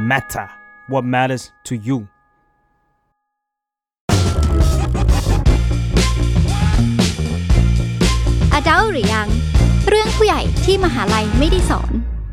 matter what matters to you Adult หรือยังเรื่องผู้ใหญ่ที่มหาลัยไม่ได้สอน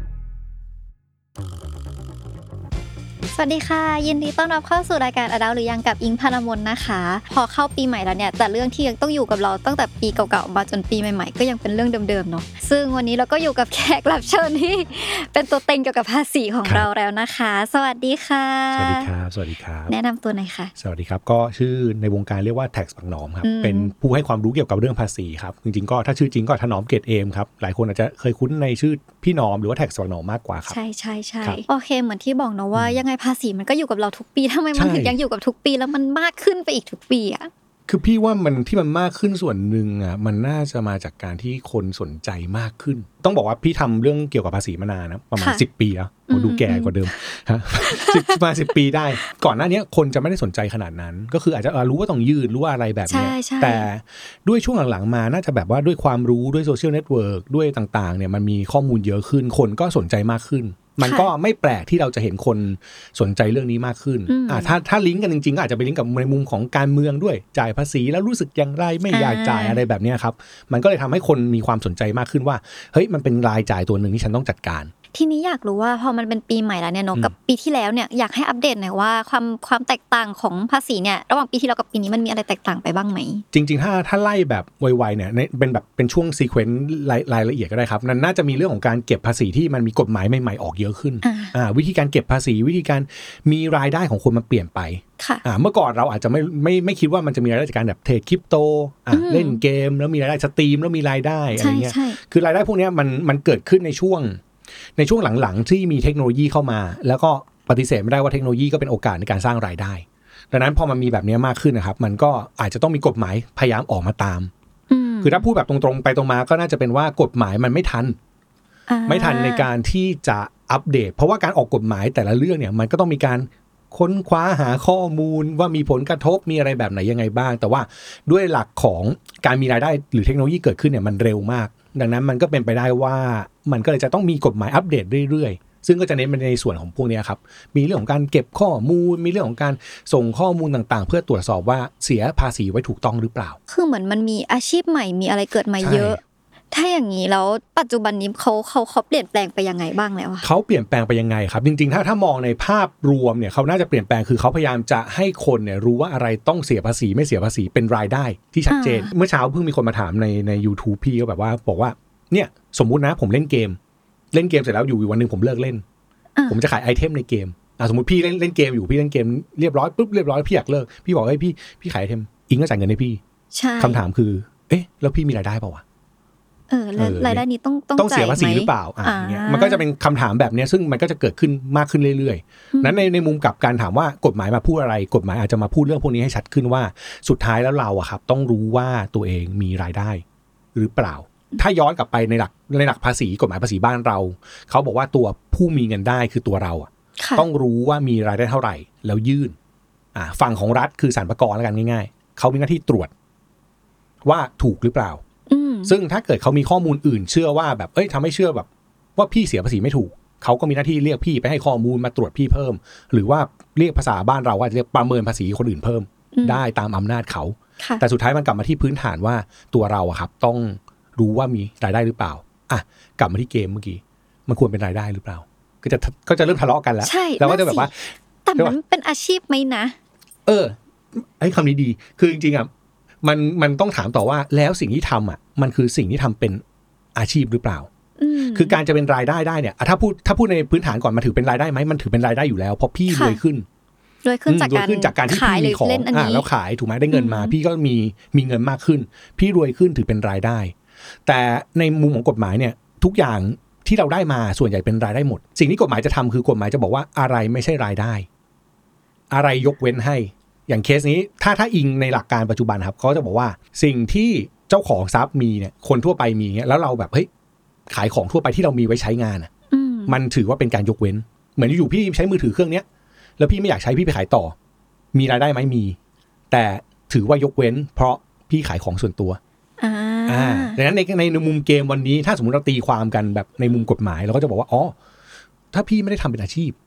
สวัสดีค่ะยินดีต้อนรับเข้าสู่รายการ Adult หรือยังกับอิงพานมนนะคะพอเข้าปีใหม่แล้วเนี่ยแต่เรื่องที่ยังต้องอยู่กับเราตั้งแต่ปีเก่าๆมาจนปีใหม่ๆก็ยังเป็นเรื่องเดิมๆเนาะซึ่งวันนี้เราก็อยู่กับแขกรับเชิญที่เป็นตัวเต็งเกี่ยวกับภาษีของเราแล้วนะคะสวัสดีค่ะสวัสดีครับสวัสดีครับแนะนำตัวหน่อยค่ะสวัสดีครับก็ชื่อในวงการเรียกว่า Tax ปักหนอมครับเป็นผู้ให้ความรู้เกี่ยวกับเรื่องภาษีครับจริงๆก็ถ้าชื่อจริงก็ถนอมเกตเอมครับหลายคนอาจจะเคยคุ้นในชื่อพี่หนอมหรือว่า Tax ปักหนอมมากกว่าครับใช่ๆๆโอเคเหมือนที่บอกเนาะว่ายังไงภาษีมันก็อยู่กับเราทุกปีทำไมมันถึงยังอยู่กับทุกปีแล้วมันมากขึ้นไปอีกทุกปีอ่ะคือพี่ว่ามันที่มันมากขึ้นส่วนหนึ่งอ่ะมันน่าจะมาจากการที่คนสนใจมากขึ้นต้องบอกว่าพี่ทำเรื่องเกี่ยวกับภาษีมานานนะประมาณ10ปีแล้วดูแก่กว่าเดิมฮะมา10ปีได้ก่อนหน้านี้คนจะไม่ได้สนใจขนาดนั้นก็คืออาจจะรู้ว่าต้องยื่นรู้ว่าอะไรแบบนี้แต่ด้วยช่วงหลังๆมาน่าจะแบบว่าด้วยความรู้ด้วยโซเชียลเน็ตเวิร์กด้วยต่างๆเนี่ยมันมีข้อมูลเยอะขึ้นคนก็สนใจมากขึ้นมันก็ไม่แปลกที่เราจะเห็นคนสนใจเรื่องนี้มากขึ้นถ้าลิงก์กันจริงๆก็อาจจะไปลิงก์กับในมุมของการเมืองด้วยจ่ายภาษีแล้วรู้สึกอย่างไรไม่อยากจ่ายอะไรแบบนี้ครับมันก็เลยทำให้คนมีความสนใจมากขึ้นว่าเฮ้ยมันเป็นรายจ่ายตัวหนึ่งที่ฉันต้องจัดการทีนี้อยากรู้ว่าพอมันเป็นปีใหม่แล้วเนี่ยเนาะกับปีที่แล้วเนี่ยอยากให้อัปเดตหน่อยว่าความแตกต่างของภาษีเนี่ยระหว่างปีที่แล้วกับปีนี้มันมีอะไรแตกต่างไปบ้างไหมจริงๆถ้าไล่แบบไวๆเนี่ยเป็นช่วงซีเควนซ์รายละเอียดก็ได้ครับนั่นน่าจะมีเรื่องของการเก็บภาษีที่มันมีกฎหมายใหม่ๆออกเยอะขึ้นวิธีการเก็บภาษีวิธีการมีรายได้ของคนมันเปลี่ยนไปเมื่อก่อนเราอาจจะไม่คิดว่ามันจะมีรายได้จากการแบบเทรดคริปโตเล่นเกมแล้วมีรายได้สตรีมแล้วมีรายได้อะไรเงี้ยคือรายได้พวกนี้มันเกิดขึ้นในช่วงหลังๆที่มีเทคโนโลยีเข้ามาแล้วก็ปฏิเสธไม่ได้ว่าเทคโนโลยีก็เป็นโอกาสในการสร้างรายได้ดังนั้นพอมันมีแบบนี้มากขึ้นนะครับมันก็อาจจะต้องมีกฎหมายพยายามออกมาตามคือถ้าพูดแบบตรงๆไปตรงมาก็น่าจะเป็นว่ากฎหมายมันไม่ทันในการที่จะอัปเดตเพราะว่าการออกกฎหมายแต่ละเรื่องเนี่ยมันก็ต้องมีการค้นคว้าหาข้อมูลว่ามีผลกระทบมีอะไรแบบไหนยังไงบ้างแต่ว่าด้วยหลักของการมีรายได้หรือเทคโนโลยีเกิดขึ้นเนี่ยมันเร็วมากดังนั้นมันก็เป็นไปได้ว่ามันก็เลยจะต้องมีกฎหมายอัปเดตเรื่อยๆซึ่งก็จะเน้นไปในส่วนของพวกนี้ครับมีเรื่องของการเก็บข้อมูลมีเรื่องของการส่งข้อมูลต่างๆเพื่อตรวจสอบว่าเสียภาษีไว้ถูกต้องหรือเปล่าคือเหมือนมันมีอาชีพใหม่มีอะไรเกิดมาเยอะถ้าอย่างนี้แล้วปัจจุบันนี้เขาเปลี่ยนแปลงไปยังไงบ้างแล้วเขาเปลี่ยนแปลงไปยังไงครับจริงๆถ้ามองในภาพรวมเนี่ยเขาน่าจะเปลี่ยนแปลงคือเขาพยายามจะให้คนเนี่ยรู้ว่าอะไรต้องเสียภาษีไม่เสียภาษีเป็นรายได้ที่ชัดเจนเมื่อเช้าเพิ่งมีคนมาถามใน YouTube พี่ก็แบบว่าบอกว่าเนี่ยสมมุตินะผมเล่นเกมเสร็จแล้วอยู่วันนึงผมเลิกเล่นผมจะขายไอเทมในเกมสมมุติพี่เล่นเกมอยู่พี่เล่นเกมเรียบร้อยปุ๊บเรียบร้อยพี่อยากเลิกพี่บอกให้พี่ขายไอเทมอิงก็จ่ายเงินให้พี่คำถามคือเอ๊ะแล้วพี่มีรายได้เปล่าวะรายได้นี้ต้องเสียภาษีหรือเปล่าอย่างเงี้ยมันก็จะเป็นคำถามแบบนี้ซึ่งมันก็จะเกิดขึ้นมากขึ้นเรื่อยๆนั้นในมุมกับการถามว่ากฎหมายมาพูดอะไรกฎหมายอาจจะมาพูดเรื่องพวกนี้ให้ชัดขึ้นว่าสุดท้ายแล้วเราอะครับต้องรู้ว่าตัวเองมีรายได้หรือเปล่าถ้าย้อนกลับไปในหลักภาษีกฎหมายภาษีบ้านเราเขาบอกว่าตัวผู้มีเงินได้คือตัวเราอะต้องรู้ว่ามีรายได้เท่าไหร่แล้วยื่นฝั่งของรัฐคือสรรพากรแล้วกันง่ายๆเขามีหน้าที่ตรวจว่าถูกหรือเปล่าซึ่งถ้าเกิดเขามีข้อมูลอื่นเชื่อว่าแบบทำให้เชื่อแบบว่าพี่เสียภาษีไม่ถูกเขาก็มีหน้าที่เรียกพี่ไปให้ข้อมูลมาตรวจพี่เพิ่มหรือว่าเรียกภาษาบ้านเราว่าเรียกประเมินภาษีคนอื่นเพิ่มได้ตามอำนาจเขาแต่สุดท้ายมันกลับมาที่พื้นฐานว่าตัวเราอะครับต้องรู้ว่ามีรายได้หรือเปล่ากลับมาที่เกมเมื่อกี้มันควรเป็นรายได้หรือเปล่าก็จะเริ่มทะเลาะกันแล้วแล้วก็จะแบบว่าแต่มันเป็นอาชีพไหมนะไอ้คำนี้ดีคือจริงๆอะมันต้องถามต่อว่าแล้วสิ่งที่ทำอ่ะมันคือสิ่งที่ทำเป็นอาชีพหรือเปล่าคือการจะเป็นรายได้ได้เนี่ยถ้าพูดในพื้นฐานก่อนมันถือเป็นรายได้ไหมมันถือเป็นรายได้อยู่แล้วเพราะพี่รวยขึ้นจากการที่พี่มีของแล้วขายถูกไหมได้เงินมาพี่ก็มีเงินมากขึ้นพี่รวยขึ้นถือเป็นรายได้แต่ในมุมของกฎหมายเนี่ยทุกอย่างที่เราได้มาส่วนใหญ่เป็นรายได้หมดสิ่งที่กฎหมายจะทำคือกฎหมายจะบอกว่าอะไรไม่ใช่รายได้อะไรยกเว้นให้อย่างเคสนี้ถ้าอิงในหลักการปัจจุบันครับเขาจะบอกว่าสิ่งที่เจ้าของทรัพย์มีเนี่ยคนทั่วไปมีเงี้ยแล้วเราแบบเฮ้ยขายของทั่วไปที่เรามีไว้ใช้งานมันถือว่าเป็นการยกเว้นเหมือนอยู่พี่ใช้มือถือเครื่องเนี้ยแล้วพี่ไม่อยากใช้พี่ไปขายต่อมีรายได้ไหมมีแต่ถือว่ายกเว้นเพราะพี่ขายของส่วนตัวดังนั้นในมุมเกมวันนี้ถ้าสมมติเราตีความกันแบบในมุมกฎหมายเราก็จะบอกว่าอ๋อถ้าพี่ไม่ได้ทำเป็นอาชีพ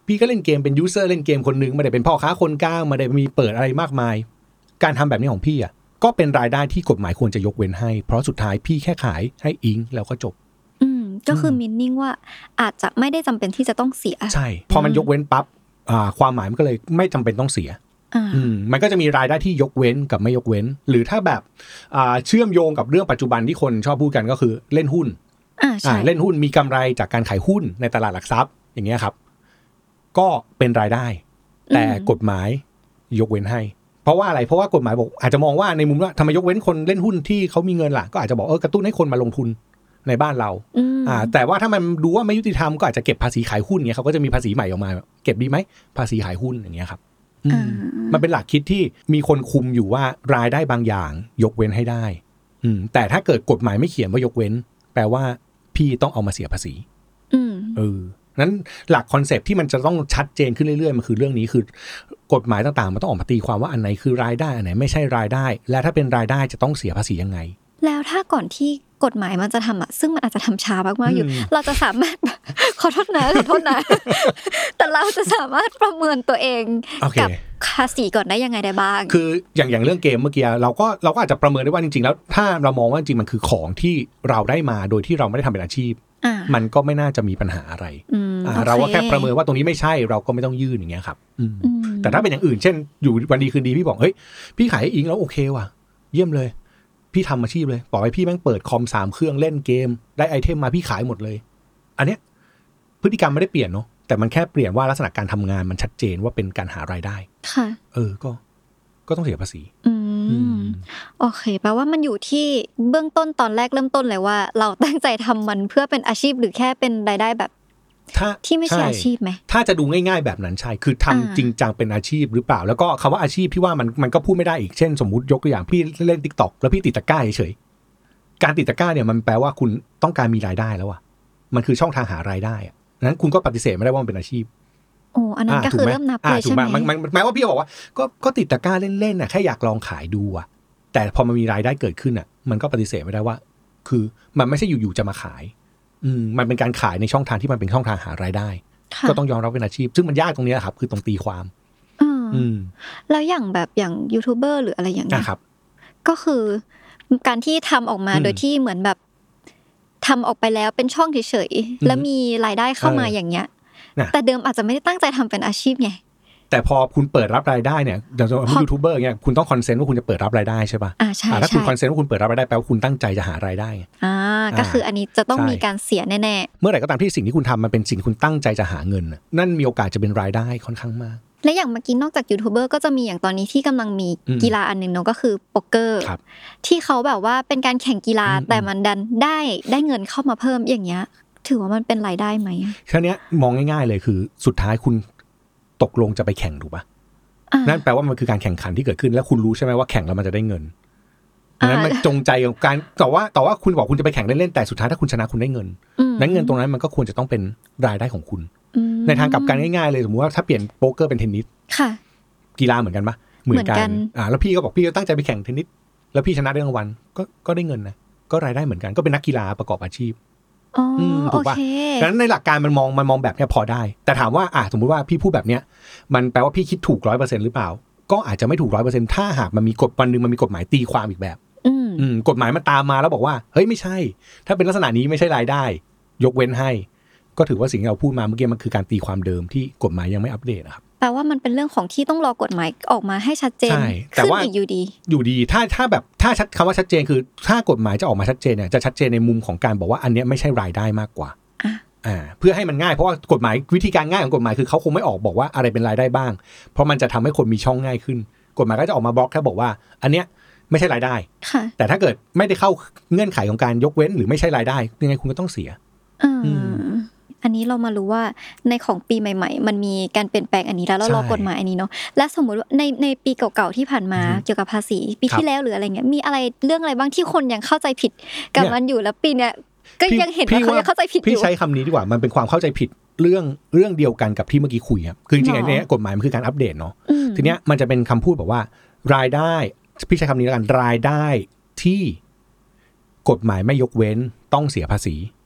พี่ก็เล่นเกมเป็นยูเซอร์เล่นเกมคนนึงไม่ได้เป็นพ่อค้าคนกลางไม่ได้มีเปิดอะไรมากมายการทำแบบนี้ของพี่อ่ะก็เป็นรายได้ที่กฎหมายควรจะยกเว้นให้เพราะสุดท้ายพี่แค่ขายให้อิงแล้วก็จบก็คือมินนิ่งว่าอาจจะไม่ได้จำเป็นที่จะต้องเสียใช่พอมันยกเว้นปั๊บความหมายมันก็เลยไม่จำเป็นต้องเสียมันก็จะมีรายได้ที่ยกเว้นกับไม่ยกเว้นหรือถ้าแบบเชื่อมโยงกับเรื่องปัจจุบันที่คนชอบพูดกันก็คือเล่นหุ้นเล่นหุ้นมีกำไรจากการขายหุ้นในตลาดหลักทรัพย์อย่างเงี้ยครับก็เป็นรายได้แต่กฎหมายยกเว้นให้เพราะว่าอะไรเพราะว่ากฎหมายบอกอาจจะมองว่าในมุมว่าทำไมยกเว้นคนเล่นหุ้นที่เขามีเงินล่ะก็อาจจะบอกกระตุ้นให้คนมาลงทุนในบ้านเราแต่ว่าถ้ามันดูว่าไม่ยุติธรรมก็อาจจะเก็บภาษีขายหุ้นเงี้ยเขาก็จะมีภาษีใหม่ออกมาเก็บดีไหมภาษีขายหุ้นอย่างเงี้ยครับมันเป็นหลักคิดที่มีคนคุมอยู่ว่ารายได้บางอย่างยกเว้นให้ได้แต่ถ้าเกิดกฎหมายไม่เขียนว่ายกเว้นแปลว่าพี่ต้องเอามาเสียภาษีนั้นหลักคอนเซปต์ที่มันจะต้องชัดเจนขึ้นเรื่อยๆมันคือเรื่องนี้คือกฎหมายต่างๆมันต้องออกมาตีความว่าอันไหนคือรายได้อันไหนไม่ใช่รายได้และถ้าเป็นรายได้จะต้องเสียภาษียังไงแล้วถ้าก่อนที่กฎหมายมันจะทำซึ่งมันอาจจะทำช้ามากๆอยู่เราจะสามารถขอโทษนะแต่เราจะสามารถประเมินตัวเองกับภาษีก่อนได้ยังไงได้บ้างคืออย่างเรื่องเกมเมื่อกี้เราก็อาจจะประเมินได้ว่าจริงๆแล้วถ้าเรามองว่าจริงมันคือของที่เราได้มาโดยที่เราไม่ได้ทำเป็นอาชีพมันก็ไม่น่าจะมีปัญหาอะไรเราก็แค่ประเมินว่าตรงนี้ไม่ใช่เราก็ไม่ต้องยื่นอย่างเงี้ยครับแต่ถ้าเป็นอย่างอื่นเช่นอยู่วันดีคืนดีพี่บอกเฮ้ยพี่ขายให้อิงแล้วโอเคว่ะเยี่ยมเลยพี่ทำอาชีพเลยบอกให้พี่แม่งเปิดคอม3เครื่องเล่นเกมได้ไอเทมมาพี่ขายหมดเลยอันเนี้ยพฤติกรรมไม่ได้เปลี่ยนเนาะแต่มันแค่เปลี่ยนว่าลักษณะการทำงานมันชัดเจนว่าเป็นการหารายได้ค่ะก็ต้องเสียภาษีโอเคแปลว่ามันอยู่ที่เบื้องต้นตอนแรกเริ่มต้นเลยว่าเราตั้งใจทำมันเพื่อเป็นอาชีพหรือแค่เป็นรายได้แบบที่ไม่ใช่อาชีพไหมถ้าจะดูง่ายๆแบบนั้นใช่คือทำจริงจังเป็นอาชีพหรือเปล่าแล้วก็คำว่าอาชีพที่ว่ามันก็พูดไม่ได้อีกเช่นสมมุติยกตัวอย่างพี่เล่น TikTok แล้วพี่ติดตะกร้าเฉยๆการติดตะกร้าเนี่ยมันแปลว่าคุณต้องการมีรายได้แล้วอะมันคือช่องทางหารายได้อะนั้นคุณก็ปฏิเสธไม่ได้ว่ามันเป็นอาชีพอันนั้นก็คือเริ่มนับเลยใช่ไหมมันหมายว่าพี่บอกว่าก็ติดตะกร้าเล่นๆน่ะแค่อยากลองขายดูอะแต่พอมันมีรายได้เกิดขึ้นอะมันก็ปฏิเสธไม่ได้ว่าคือมันไม่ใช่อยู่ๆจะมาขายมันเป็นการขายในช่องทางที่มันเป็นช่องทางหารายได้ก็ต้องยอมรับเป็นอาชีพซึ่งมันยากตรงนี้ครับคือตรงตีความแล้วอย่างยูทูบเบอร์หรืออะไรอย่างเงี้ยก็คือการที่ทำออกมาโดยที่เหมือนแบบทำออกไปแล้วเป็นช่องเฉยๆแล้วมีรายได้เข้ามาอย่างเงี้ยแต่เดิมอาจจะไม่ได้ตั้งใจทำเป็นอาชีพไงแต่พอคุณเปิดรับรายได้เนี่ยอย่างยูทูบเบอร์เงี้ยคุณต้องคอนเซนต์ว่าคุณจะเปิดรับรายได้ใช่ป่ะใช่ถ้าคุณคอนเซนต์ว่าคุณเปิดรับรายได้แปลว่าคุณตั้งใจจะหารายได้ก็คืออันนี้จะต้องมีการเสียแน่ๆเมื่อไหร่ก็ตามที่สิ่งที่คุณทำมันเป็นสิ่งคุณตั้งใจจะหาเงินนั่นมีโอกาสจะเป็นรายได้ค่อนข้างมากและอย่างเมื่อกี้นอกจากยูทูบเบอร์ก็จะมีอย่างตอนนี้ที่กำลังมีกีฬาอันนึงเนาะก็คือโป๊กเกอร์ที่เขาแบบว่าเป็นการแข่งกีฬาแต่มันดันได้เงินเข้ามาเพิ่มอย่างเงี้ยถือว่ามันเป็นรายได้ไหมแค่นี้มองง่ายๆเลยคือสุดท้ายคุณตกลงจะไปแข่งถูกป่ะนั่นแปลว่ามันคือการแข่งขันที่เกิดขึ้นแล้วคุณรู้ใช่ไหมว่าแข่งแล้วมันจะได้เงินนั้นมันจงใจกับการต่อว่าคุณบอกคุณจะไปแข่งเล่นๆแต่สุดท้ายถ้าคุณชนะคุณได้เงินนั้นเงินตรงนั้นมันก็ควรจะต้องเป็นรายได้ของคุณในทางกลับกันง่ายๆเลยสมมติว่าถ้าเปลี่ยนโป๊กเกอร์เป็นเทนนิสกีฬาเหมือนกันปะเหมือนกันแล้วพี่ก็บอกพี่ก็ตั้งใจไปแข่งเทนนิสแล้วพี่ชนะได้รางวัลก็ได้เงินนะก็รายได้เหมือนกันก็เป็นนักกีฬาประกอบอาชีพถูกป่ะดังนั้นในหลักการมันมองแบบนี้พอได้แต่ถามว่าสมมุติว่าพี่พูดแบบเนี้ยมันแปลว่าพี่คิดถูก 100% หรือเปล่าก็อาจจะไม่ถูก 100% ถ้าหากมันมีกฎวันนึงมันมีกฎหมายตีความอีกแบบกฎหมายมันตามมาแล้วบอกว่าเฮ้ยไม่ใช่ถ้าเป็นลักษณะนี้ไม่ใช่รายได้ยกเว้นให้ก็ถือว่าสิ่งที่เราพูดมาเมื่อกี้มันคือการตีความเดิมที่กฎหมายยังไม่อัปเดตนะครับแปลว่ามันเป็นเรื่องของที่ต้องรอกฎหมายออกมาให้ชัดเจนขึ้นอีกอยู่ดีถ้าแบบถ้าคำว่าชัดเจนคือถ้ากฎหมายจะออกมาชัดเจนเนี่ยจะชัดเจนในมุมของการบอกว่าอันนี้ไม่ใช่รายได้มากกว่าเพื่อให้มันง่ายเพราะว่ากฎหมายวิธีการง่ายของกฎหมายคือเขาคงไม่ออกบอกว่าอะไรเป็นรายได้บ้างเพราะมันจะทำให้คนมีช่องง่ายขึ้นกฎหมายก็จะออกมาบล็อกแค่บอกว่าอันเนี้ยไม่ใช่รายได้แต่ถ้าเกิดไม่ได้เข้าเงื่อนไขของการยกเว้นหรือไม่ใช่รายได้ยังไงคุณก็ต้องเสียอันนี้เรามารู้ว่าในของปีใหม่ๆมันมีการเปลี่ยนแปลงอันนี้แล้วเรารอกฎหมายอันนี้เนาะและสมมุติว่าในปีเก่าๆที่ผ่านมาเกี่ยวกับภาษีปีที่แล้วหรืออะไรเงี้ยมีอะไรเรื่องอะไรบ้างที่คนยังเข้าใจผิดกับมันอยู่แล้วปีเนี้ยก็ยังเห็นว่าเขายังเข้าใจผิดอยู่พี่ใช้คำนี้ดีกว่ามันเป็นความเข้าใจผิดเรื่องเดียวกันกับที่เมื่อกี้คุยครับคือจริงๆอันนี้กฎหมายมันคือการอัปเดตเนาะทีเนี้ยมันจะเป็นคำพูดแบบว่ารายได้พี่ใช้คำนี้แล้วกันรายได้ที่กฎหมายไม่ยกเว้นต้องเสียภาษี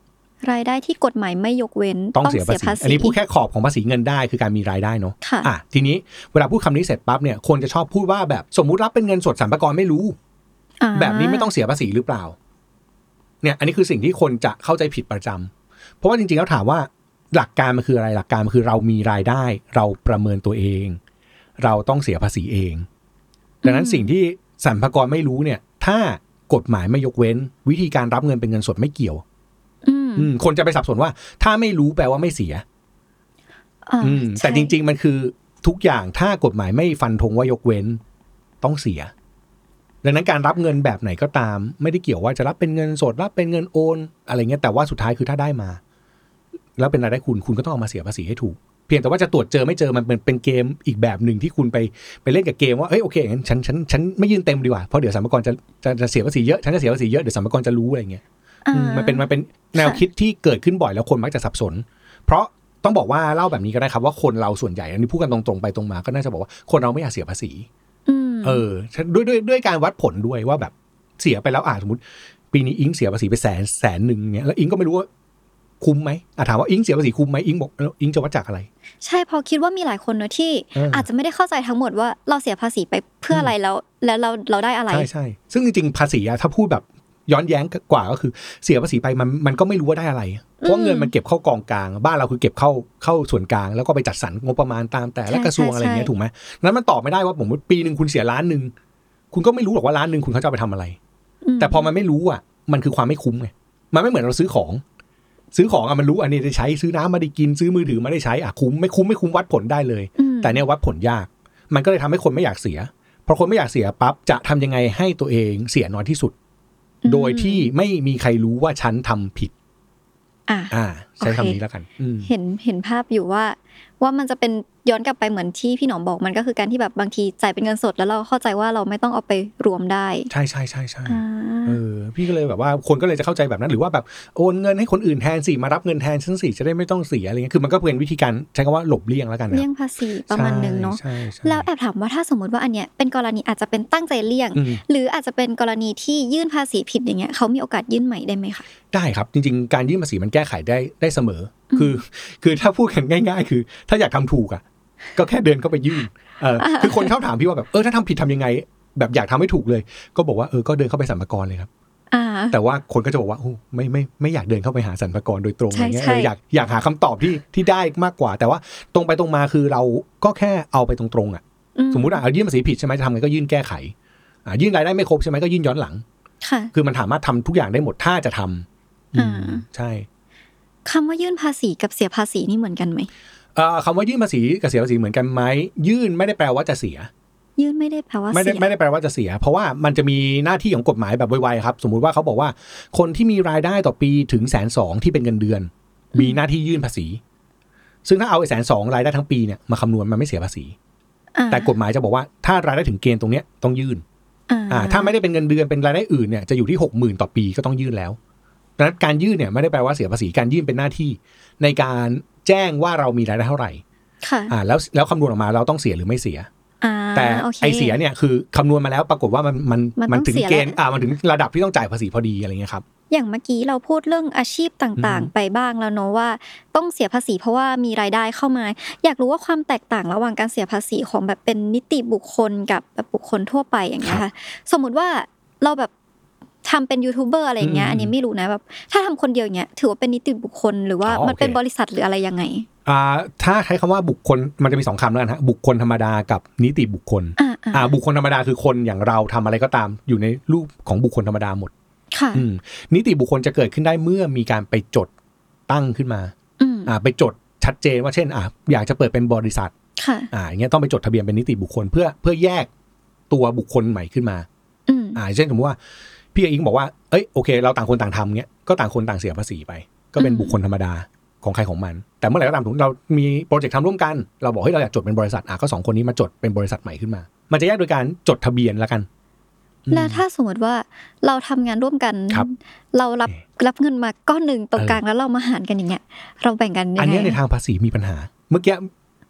รายได้ที่กฎหมายไม่ยกเว้นต้องเสียภาษีอันนี้พูดแค่ขอบของภาษีเงินได้คือการมีรายได้เนาะทีนี้เวลาพูดคำนี้เสร็จปั๊บเนี่ยคนจะชอบพูดว่าแบบสมมุติรับเป็นเงินสดสรรพากรไม่รู้แบบนี้ไม่ต้องเสียภาษีหรือเปล่าเนี่ยอันนี้คือสิ่งที่คนจะเข้าใจผิดประจำเพราะว่าจริงๆแล้วถามว่าหลักการมันคืออะไรหลักการมันคือเรามีรายได้เราประเมินตัวเองเราต้องเสียภาษีเองดังนั้นสิ่งที่สรรพากรไม่รู้เนี่ยถ้ากฎหมายไม่ยกเว้นวิธีการรับเงินเป็นเงินสดไม่เกี่ยวคนจะไปสับสนว่าถ้าไม่รู้แปลว่าไม่เสียแต่จริงๆมันคือทุกอย่างถ้ากฎหมายไม่ฟันธงว่ายกเว้นต้องเสียดังนั้นการรับเงินแบบไหนก็ตามไม่ได้เกี่ยวว่าจะรับเป็นเงินสดรับเป็นเงินโอนอะไรเงี้ยแต่ว่าสุดท้ายคือถ้าได้มาแล้วเป็นรายได้คุณก็ต้องเอามาเสียภาษีให้ถูกเพียงแต่ว่าจะตรวจเจอไม่เจอมันเป็นเกมอีกแบบหนึ่งที่คุณไปเล่นกับเกมว่าเอ้ยโอเคงั้นฉันไม่ยื่นเต็มดีกว่าเพราะเดี๋ยวสรรพากรจะเสียภาษีเยอะฉันจะเสียภาษีเยอะเดี๋ยวสรรพากรจะรู้อะไรเงี้ยมันเป็นแนวคิดที่เกิดขึ้นบ่อยแล้วคนมักจะสับสนเพราะต้องบอกว่าเล่าแบบนี้ก็ได้ครับว่าคนเราส่วนใหญ่อันนี้พูดกันตรงๆไปตรงมาก็น่าจะบอกว่าคนเราไม่อยากเสียภาษีด้วยการวัดผลด้วยว่าแบบเสียไปแล้วสมมติปีนี้อิงเสียภาษีไปแสนนึงเงี้ยแล้วอิงก็ไม่รู้ว่าคุ้มไหมถามว่าอิงเสียภาษีคุ้มไหมอิงบอกอิงจะวัดจากอะไรใช่พอคิดว่ามีหลายคนเนอะที่อาจจะไม่ได้เข้าใจทั้งหมดว่าเราเสียภาษีไปเพื่ออะไรแล้วเราได้อะไรใช่ซึ่งจริงๆภาษีถ้าพูดแบบย้อนแย้งกว่าก็คือเสียภาษีไปมันก็ไม่รู้ว่าได้อะไรเพราะเงินมันเก็บเข้ากองกลางบ้านเราคือเก็บเข้าส่วนกลางแล้วก็ไปจัดสรรงบประมาณตามแต่ละกระทรวงอะไรเงี้ยถูกไหมนั้นมันตอบไม่ได้ว่าผมปีนึงคุณเสีย1,000,000คุณก็ไม่รู้หรอกว่า1,000,000คุณเขาจะไปทำอะไรแต่พอมันไม่รู้มันคือความไม่คุ้มไงมันไม่เหมือนเราซื้อของมันรู้อันนี้ได้ใช้ซื้อน้ำมาได้กินซื้อมือถือมาได้ใช้คุ้มไม่คุ้มวัดผลได้เลยแต่เนี่ยวัดผลยากมันก็เลยทำให้คนไม่อยากเสียพอคนไม่อยากเสียปั๊บจะทำยังไงให้ตัวเองเสียน้อยที่สุดโดยที่ไม่มีใครรู้ว่าฉันทำผิดใช้คำนี้แล้วกันเห็นภาพอยู่ว่ามันจะเป็นย้อนกลับไปเหมือนที่พี่หนอมบอกมันก็คือการที่แบบบางทีจ่ายเป็นเงินสดแล้วเราเข้าใจว่าเราไม่ต้องเอาไปรวมได้ใช่พี่ก็เลยแบบว่าคนก็เลยจะเข้าใจแบบนั้นหรือว่าแบบโอนเงินให้คนอื่นแทนสิมารับเงินแทนฉันสิจะได้ไม่ต้องเสียอะไรเงี้ยคือมันก็เป็นวิธีการใช้คำว่าหลบเลี่ยงแล้วกันเลี่ยงภาษีประมาณนึงเนาะแล้วแอบถามว่าถ้าสมมติว่าอันเนี้ยเป็นกรณีอาจจะเป็นตั้งใจเลี่ยงหรืออาจจะเป็นกรณีที่ยื่นภาษีผิดอย่างเงี้ยเขามีโอกาสยื่นใหม่ได้ไหมคะได้ครับจริงๆการยื่นภาษีมันแก้ไขได้เสมอคือถ้าพูดกันง่ายๆคือถ้าอยากทำถูกก็แค่เดินเข้าไปยื่นคือคนเข้าถามพี่ว่าแบบถ้าทำผิดทำยังไงแบบอยากทำให้ถูกเลยก็บอกว่าก็เดินเข้าไปสรรพากรเลยครับแต่ว่าคนก็จะบอกว่าไม่อยากเดินเข้าไปหาสรรพากรโดยตรงอะไรเงี้ยอยากหาคำตอบที่ได้มากกว่าแต่ว่าตรงไปตรงมาคือเราก็แค่เอาไปตรงๆสมมุติยื่นภาษีผิดใช่ไหมจะทำไงก็ยื่นแก้ไขยื่นรายได้ไม่ครบใช่ไหมก็ยื่นย้อนหลังคือมันสามารถทำทุกอย่างได้หมดถ้าจะทำใช่คำว่ายื่นภาษีกับเสียภาษีนี่เหมือนกันไหมคำว่ายื่นภาษีกับเสียภาษีเหมือนกันไหมยื่นไม่ได้แปลว่าจะเสียยื่นไม่ได้แปลว่าเสียไม่ได้แปลว่าจะเสียเพราะว่ามันจะมีหน้าที่ของกฎหมายแบบไวๆครับสมมุติว่าเขาบอกว่าคนที่มีรายได้ต่อปีถึง120,000ที่เป็นเงินเดือนมีหน้าที่ยื่นภาษีซึ่งถ้าเอา120,000รายได้ทั้งปีเนี่ยมาคำนวณมันไม่เสียภาษีแต่กฎหมายจะบอกว่าถ้ารายได้ถึงเกณฑ์ตรงเนี้ยต้องยื่นถ้าไม่ได้เป็นเงินเดือนเป็นรายได้อื่นเนี่ยจะอยู่ที่ 60,000 ต่อปีก็ต้องยื่นแล้วดังนั้นการยื่นเนี่ยไม่ได้แปลว่าเสียภาษีการยื่นเป็นหน้าที่ในการแจ้งว่าเรามีรายได้เท่าไหร่แล้วคำนวณออกมาเราต้องเสียหรือไม่เสียแต่ไอเสียเนี่ยคือคำนวณมาแล้วปรากฏว่ามันถึงเกณฑ์มันถึงระดับที่ต้องจ่ายภาษีพอดีอะไรเงี้ยครับอย่างเมื่อกี้เราพูดเรื่องอาชีพต่างๆไปบ้างแล้วเนาะว่าต้องเสียภาษีเพราะว่ามีรายได้เข้ามาอยากรู้ว่าความแตกต่างระหว่างการเสียภาษีของแบบเป็นนิติบุคคลกับแบบบุคคลทั่วไปอย่างเงี้ยค่ะสมมุติว่าเราแบบทำเป็นยูทูบเบอร์อะไรอย่างเงี้ยอันนี้ไม่รู้นะแบบถ้าทำคนเดียวเนี้ยถือว่าเป็นนิติบุคคลหรือว่ามันเป็นบริษัทหรืออะไรยังไงถ้าใช้คำว่าบุคคลมันจะมี2คำแล้วนะบุคคลธรรมดากับนิติบุคคลบุคคลธรรมดาคือคนอย่างเราทำอะไรก็ตามอยู่ในรูปของบุคคลธรรมดาหมดนิติบุคคลจะเกิดขึ้นได้เมื่อมีการไปจดตั้งขึ้นมาไปจดชัดเจนว่าเช่นอยากจะเปิดเป็นบริษัทอย่างเงี้ยต้องไปจดทะเบียนเป็นนิติบุคคลเพื่อแยกตัวบุคคลใหม่ขึ้นมาเช่นสมมติว่าพี่อิงบอกว่าโอเคเราต่างคนต่างทำเงี้ยก็ต่างคนต่างเสียภาษีไปก็เป็นบุคคลธรรมดาของใครของมันแต่เมื่อไหร่ก็ตามเรามีโปรเจกต์ทำร่วมกันเราบอกเราอยากจดเป็นบริษัทก็2คนนี้มาจดเป็นบริษัทใหม่ขึ้นมามันจะแยกโดยการจดทะเบียนแล้วกันแล้วถ้าสมมติว่าเราทำงานร่วมกันเรารับเงินมาก้อนนึงตรงกลางแล้วเรามาหารกันอย่างเงี้ยเราแบ่งกันยังไงอันนี้ในทางภาษีมีปัญหาเมื่อกี้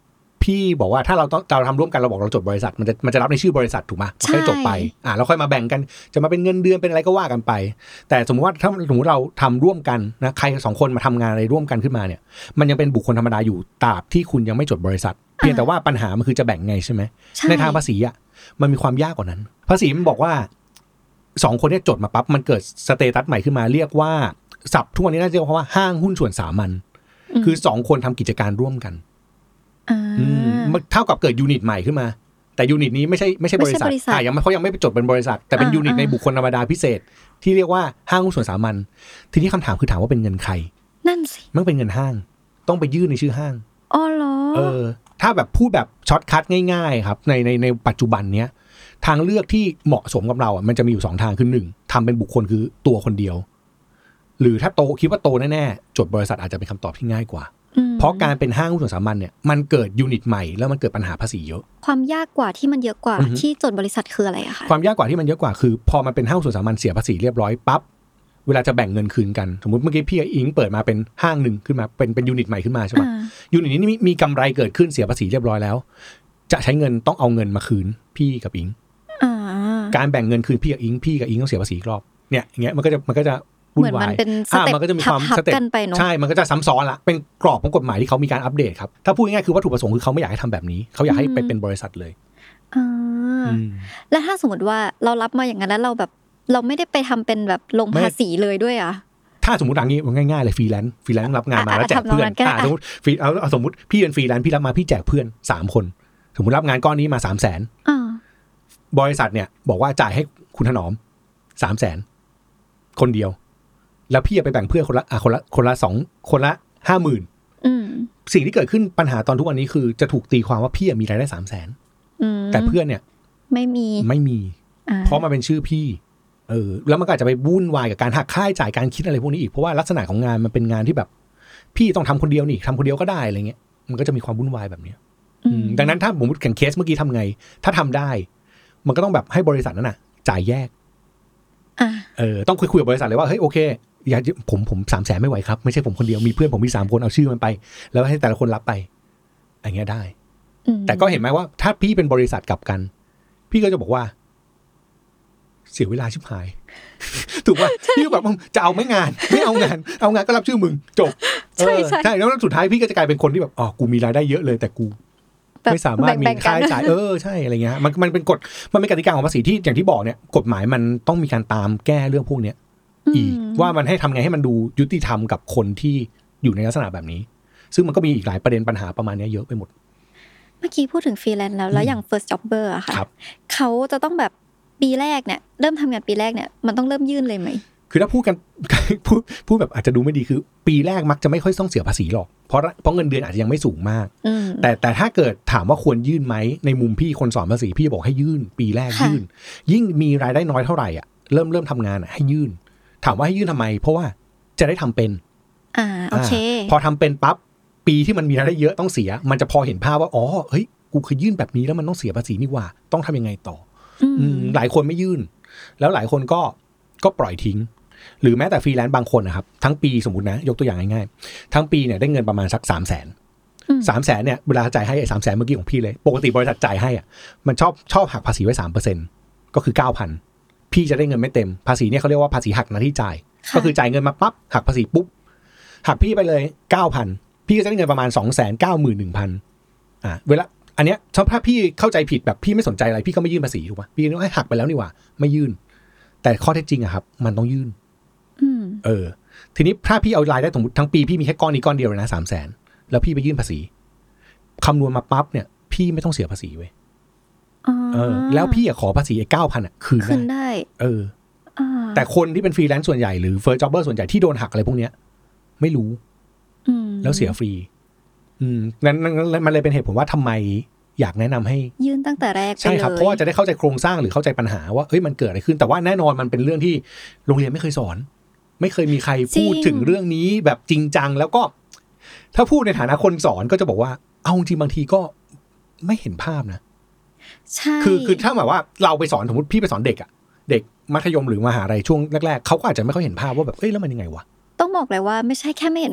พี่บอกว่าถ้าเราทำร่วมกันเราบอกเราจดบริษัทมันจะรับในชื่อบริษัทถูกไหมมันก็จบไปแล้วค่อยมาแบ่งกันจะมาเป็นเงินเดือนเป็นอะไรก็ว่ากันไปแต่สมมติว่าถ้าสมมติเราทำร่วมกันนะใคร2คนมาทำงานอะไรร่วมกันขึ้นมาเนี่ยมันยังเป็นบุคคลธรรมดาอยู่ตราบที่คุณยังไม่จดบริษัทเพียงแต่ว่าปัญหามันคือจะแบ่งไงใช่ไหมในทางภาษีอ่ะมันมีความยากกว่านั้นภาษีมันบอกว่า2คนเนี่ยจดมาปั๊บมันเกิดสเตตัสใหม่ขึ้นมาเรียกว่าศัพท์ทุกวันนี้น่าจะเรียกว่าห้างหุ้นส่วนสามัญคือ2คนทำกิจการร่วมกันเท่ากับเกิดยูนิตใหม่ขึ้นมาแต่ยูนิตนี้ไม่ใช่บริษัทเขายังไม่ไปจดเป็นบริษัทแต่เป็นยูนิตในบุคคลธรรมดาพิเศษที่เรียกว่าห้างหุ้นส่วนสามัญทีนี้คำถามคือถามว่าเป็นเงินใครนั่นสิมันเป็นเงินห้างต้องไปยื่นในชื่อห้างอ๋อเหรอถ้าแบบพูดแบบช็อตคัทง่ายๆครับในปัจจุบันเนี้ยทางเลือกที่เหมาะสมกับเราอ่ะมันจะมีอยู่2ทางคือ1ทำเป็นบุคคลคือตัวคนเดียวหรือถ้าโตคิดว่าโตแน่ๆจดบริษัทอาจจะเป็นคำตอบที่ง่ายกว่าเพราะการเป็นห้างหุ้นส่วนสามัญเนี่ยมันเกิดยูนิตใหม่แล้วมันเกิดปัญหาภาษีเยอะความยากกว่าที่มันเยอะกว่าที่จดบริษัทคืออะไรอะคะความยากกว่าที่มันเยอะกว่าคือพอมันเป็นห้างหุ้นส่วนสามัญเสียภาษีเรียบร้อยปั๊บเวลาจะแบ่งเงินคืนกันสมมติเมื่อกี้พี่อิงเปิดมาเป็นห้างนึงขึ้นมาเป็นยูนิตใหม่ขึ้นมาใช่ป่ะยูนิตนี้มีกำไรเกิดขึ้นเสียภาษีเรียบร้อยแล้วจะใช้เงินต้องเอาเงินมาคืนพี่กับอิงการแบ่งเงินคืนพี่กับอิงต้องเสียภาษีอีกรอบเนี่ยอย่างเงี้ยมันก็จะเหมือนมันเป็นสเต็ปมันก็จะมีความสเต็ปใช่มันก็จะซ้ำซ้อนละเป็นกรอบของกฎหมายที่เขามีการอัปเดตครับถ้าพูดง่ายๆคือวัตถุประสงค์คือเขาไม่อยากให้ทำแบบนี้เขาอยากให้ไปเป็นบริษัทเลยแล้วถ้าสมมติว่าเรารับมาอย่างนั้นแล้วเราแบบเราไม่ได้ไปทำเป็นแบบลงภาษีเลยด้วยอ่ะถ้าสมมติอย่างนี้ง่ายๆเลยฟรีแลนซ์รับงานมาแล้วแจกเพื่อนสมมติเอาสมมติพี่เป็นฟรีแลนซ์พี่รับมาพี่แจกเพื่อน3คนสมมติรับงานก้อนนี้มา 300,000 บริษัทเนี่ยบอกว่าจ่ายให้คุณถนอม 300,000 คนเดียวแล้วพี่ไปแบ่งเพื่อนคนละ2คนละ 50,000 สิ่งที่เกิดขึ้นปัญหาตอนทุกวันนี้คือจะถูกตีความว่าพี่มีรายได้ 300,000 แต่เพื่อนเนี่ยไม่มีเพราะมันเป็นชื่อพี่แล้วมันก็อาจจะไปวุ่นวายกับการหักค่าใช้จ่ายการคิดอะไรพวกนี้อีกเพราะว่าลักษณะของงานมันเป็นงานที่แบบพี่ต้องทำคนเดียวนี่ทำคนเดียวก็ได้อะไรเงี้ยมันก็จะมีความวุ่นวายแบบนี้ดังนั้นถ้าผมพูดเคสเมื่อกี้ทำไงถ้าทำได้มันก็ต้องแบบให้บริษัทนั้นน่ะจ่ายแยกต้องคุยกับบริษัทเลยว่าเฮ้ยโอเคอย่าผม300,000ไม่ไหวครับไม่ใช่ผมคนเดียวมีเพื่อนผมมี3คนเอาชื่อมันไปแล้วให้แต่ละคนรับไปอย่างเงี้ยได้แต่ก็เห็นไหมว่าถ้าพี่เป็นบริษัทกลับกันพี่ก็จะบอกว่าเสียเวลาชิบหายถูกป่ะพี่แบบจะเอาไม่งานก็รับชื่อมึงจบใช่แล้วสุดท้ายพี่ก็จะกลายเป็นคนที่แบบอ๋อกูมีรายได้เยอะเลยแต่กูไม่สามารถมีค่าใช้จ่ายใช่อะไรเงี้ยมันเป็นกฎมันเป็นกติกาของภาษีที่อย่างที่บอกเนี่ยกฎหมายมันต้องมีการตามแก้เรื่องพวกเนี้ยอีกว่ามันให้ทำไงให้มันดูยุติธรรมกับคนที่อยู่ในลักษณะแบบนี้ซึ่งมันก็มีอีกหลายประเด็นปัญหาประมาณนี้เยอะไปหมดเมื่อกี้พูดถึงฟรีแลนซ์แล้วอย่าง first jobber อะค่ะเขาจะต้องแบบปีแรกเนี่ยเริ่มทำงานปีแรกเนี่ยมันต้องเริ่มยื่นเลยไหมคือถ้าพูดกันพูดแบบอาจจะดูไม่ดีคือปีแรกมักจะไม่ค่อยต้องเสียภาษีหรอกเพราะเงินเดือนอาจจะยังไม่สูงมากแต่ถ้าเกิดถามว่าควรยื่นไหมในมุมพี่คนสอนภาษีพี่บอกให้ยื่นปีแรกยื่นยิ่งมีรายได้น้อยเท่าไหร่อ่ะเริ่มทำงานอ่ะให้ยื่นถามว่าให้ยื่นทำไมเพราะว่าจะได้ทำเป็นโอเคพอทำเป็นปั๊บปีที่มันมีรายได้เยอะต้องเสียมันจะพอเห็นภาพว่าอ๋อเฮ้ยกูเคยยื่นแบบนี้แล้วมันต้องเสียภาษีนี่ว่าต้องทำยังไงต่อหลายคนไม่ยื่นแล้วหลายคนก็ปล่อยทิ้งหรือแม้แต่ฟรีแลนซ์บางคนนะครับทั้งปีสมมุตินะยกตัวอย่างง่ายๆทั้งปีเนี่ยได้เงินประมาณสัก 300,000 เนี่ยเวลาจ่ายให้300,000เมื่อกี้ของพี่เลยปกติบริษัทจ่ายให้อ่ะมันชอบหักภาษีไว้ 3% ก็คือ 9,000 พี่จะได้เงินไม่เต็มภาษีเนี่ยเขาเรียกว่าภาษีหักหน้าที่จ่ายก็คือจ่ายเงินมาปั๊บหักภาษีปุ๊บหักพี่ไปเลย 9,000 พี่ก็จะได้เงินประมาณ 291,000 เวลาอันเนี้ยถ้าพี่เข้าใจผิดแบบพี่ไม่สนใจอะไรพี่ก็ไม่ยื่นภาษีถูกป่ะพี่นึกว่าหักไปแล้วนี่หว่าไม่ยื่นแต่ข้อเท็จจริงอะครับมันต้องยื่นทีนี้ถ้าพี่เอารายได้สมมติทั้งปีพี่มีแค่ก้อนนี้ก้อนเดียวเลยนะ 300,000 แล้วพี่ไปยื่นภาษีคำนวณมาปั๊บเนี่ยพี่ไม่ต้องเสียภาษีเว้ยแล้วพี่ขอภาษี9,000คืนได้แต่คนที่เป็นฟรีแลนซ์ส่วนใหญ่หรือเฟิร์สจ็อบเบอร์ส่วนใหญ่ที่โดนหักอะไรพวกเนี้ยไม่รู้แล้วเสียฟรีนั้นมันเลยเป็นเหตุผลว่าทำไมอยากแนะนำให้ยื่นตั้งแต่แรกไปเลยใช่ครับเพราะว่าจะได้เข้าใจโครงสร้างหรือเข้าใจปัญหาว่าเอ้ยมันเกิดอะไรขึ้นแต่ว่าแน่นอนมันเป็นเรื่องที่โรงเรียนไม่เคยสอนไม่เคยมีใครพูดถึงเรื่องนี้แบบจริงจังแล้วก็ถ้าพูดในฐานะคนสอนก็จะบอกว่าเอาจริงบางทีก็ไม่เห็นภาพนะใช่คือถ้าแบบว่าเราไปสอนสมมติพี่ไปสอนเด็กอะเด็กมัธยมหรือมหาลัยช่วงแรกๆเขาก็อาจจะไม่ค่อยเห็นภาพว่าแบบเอ้ยแล้วมันยังไงวะต้องบอกเลยว่าไม่ใช่แค่ไม่เห็นภาพ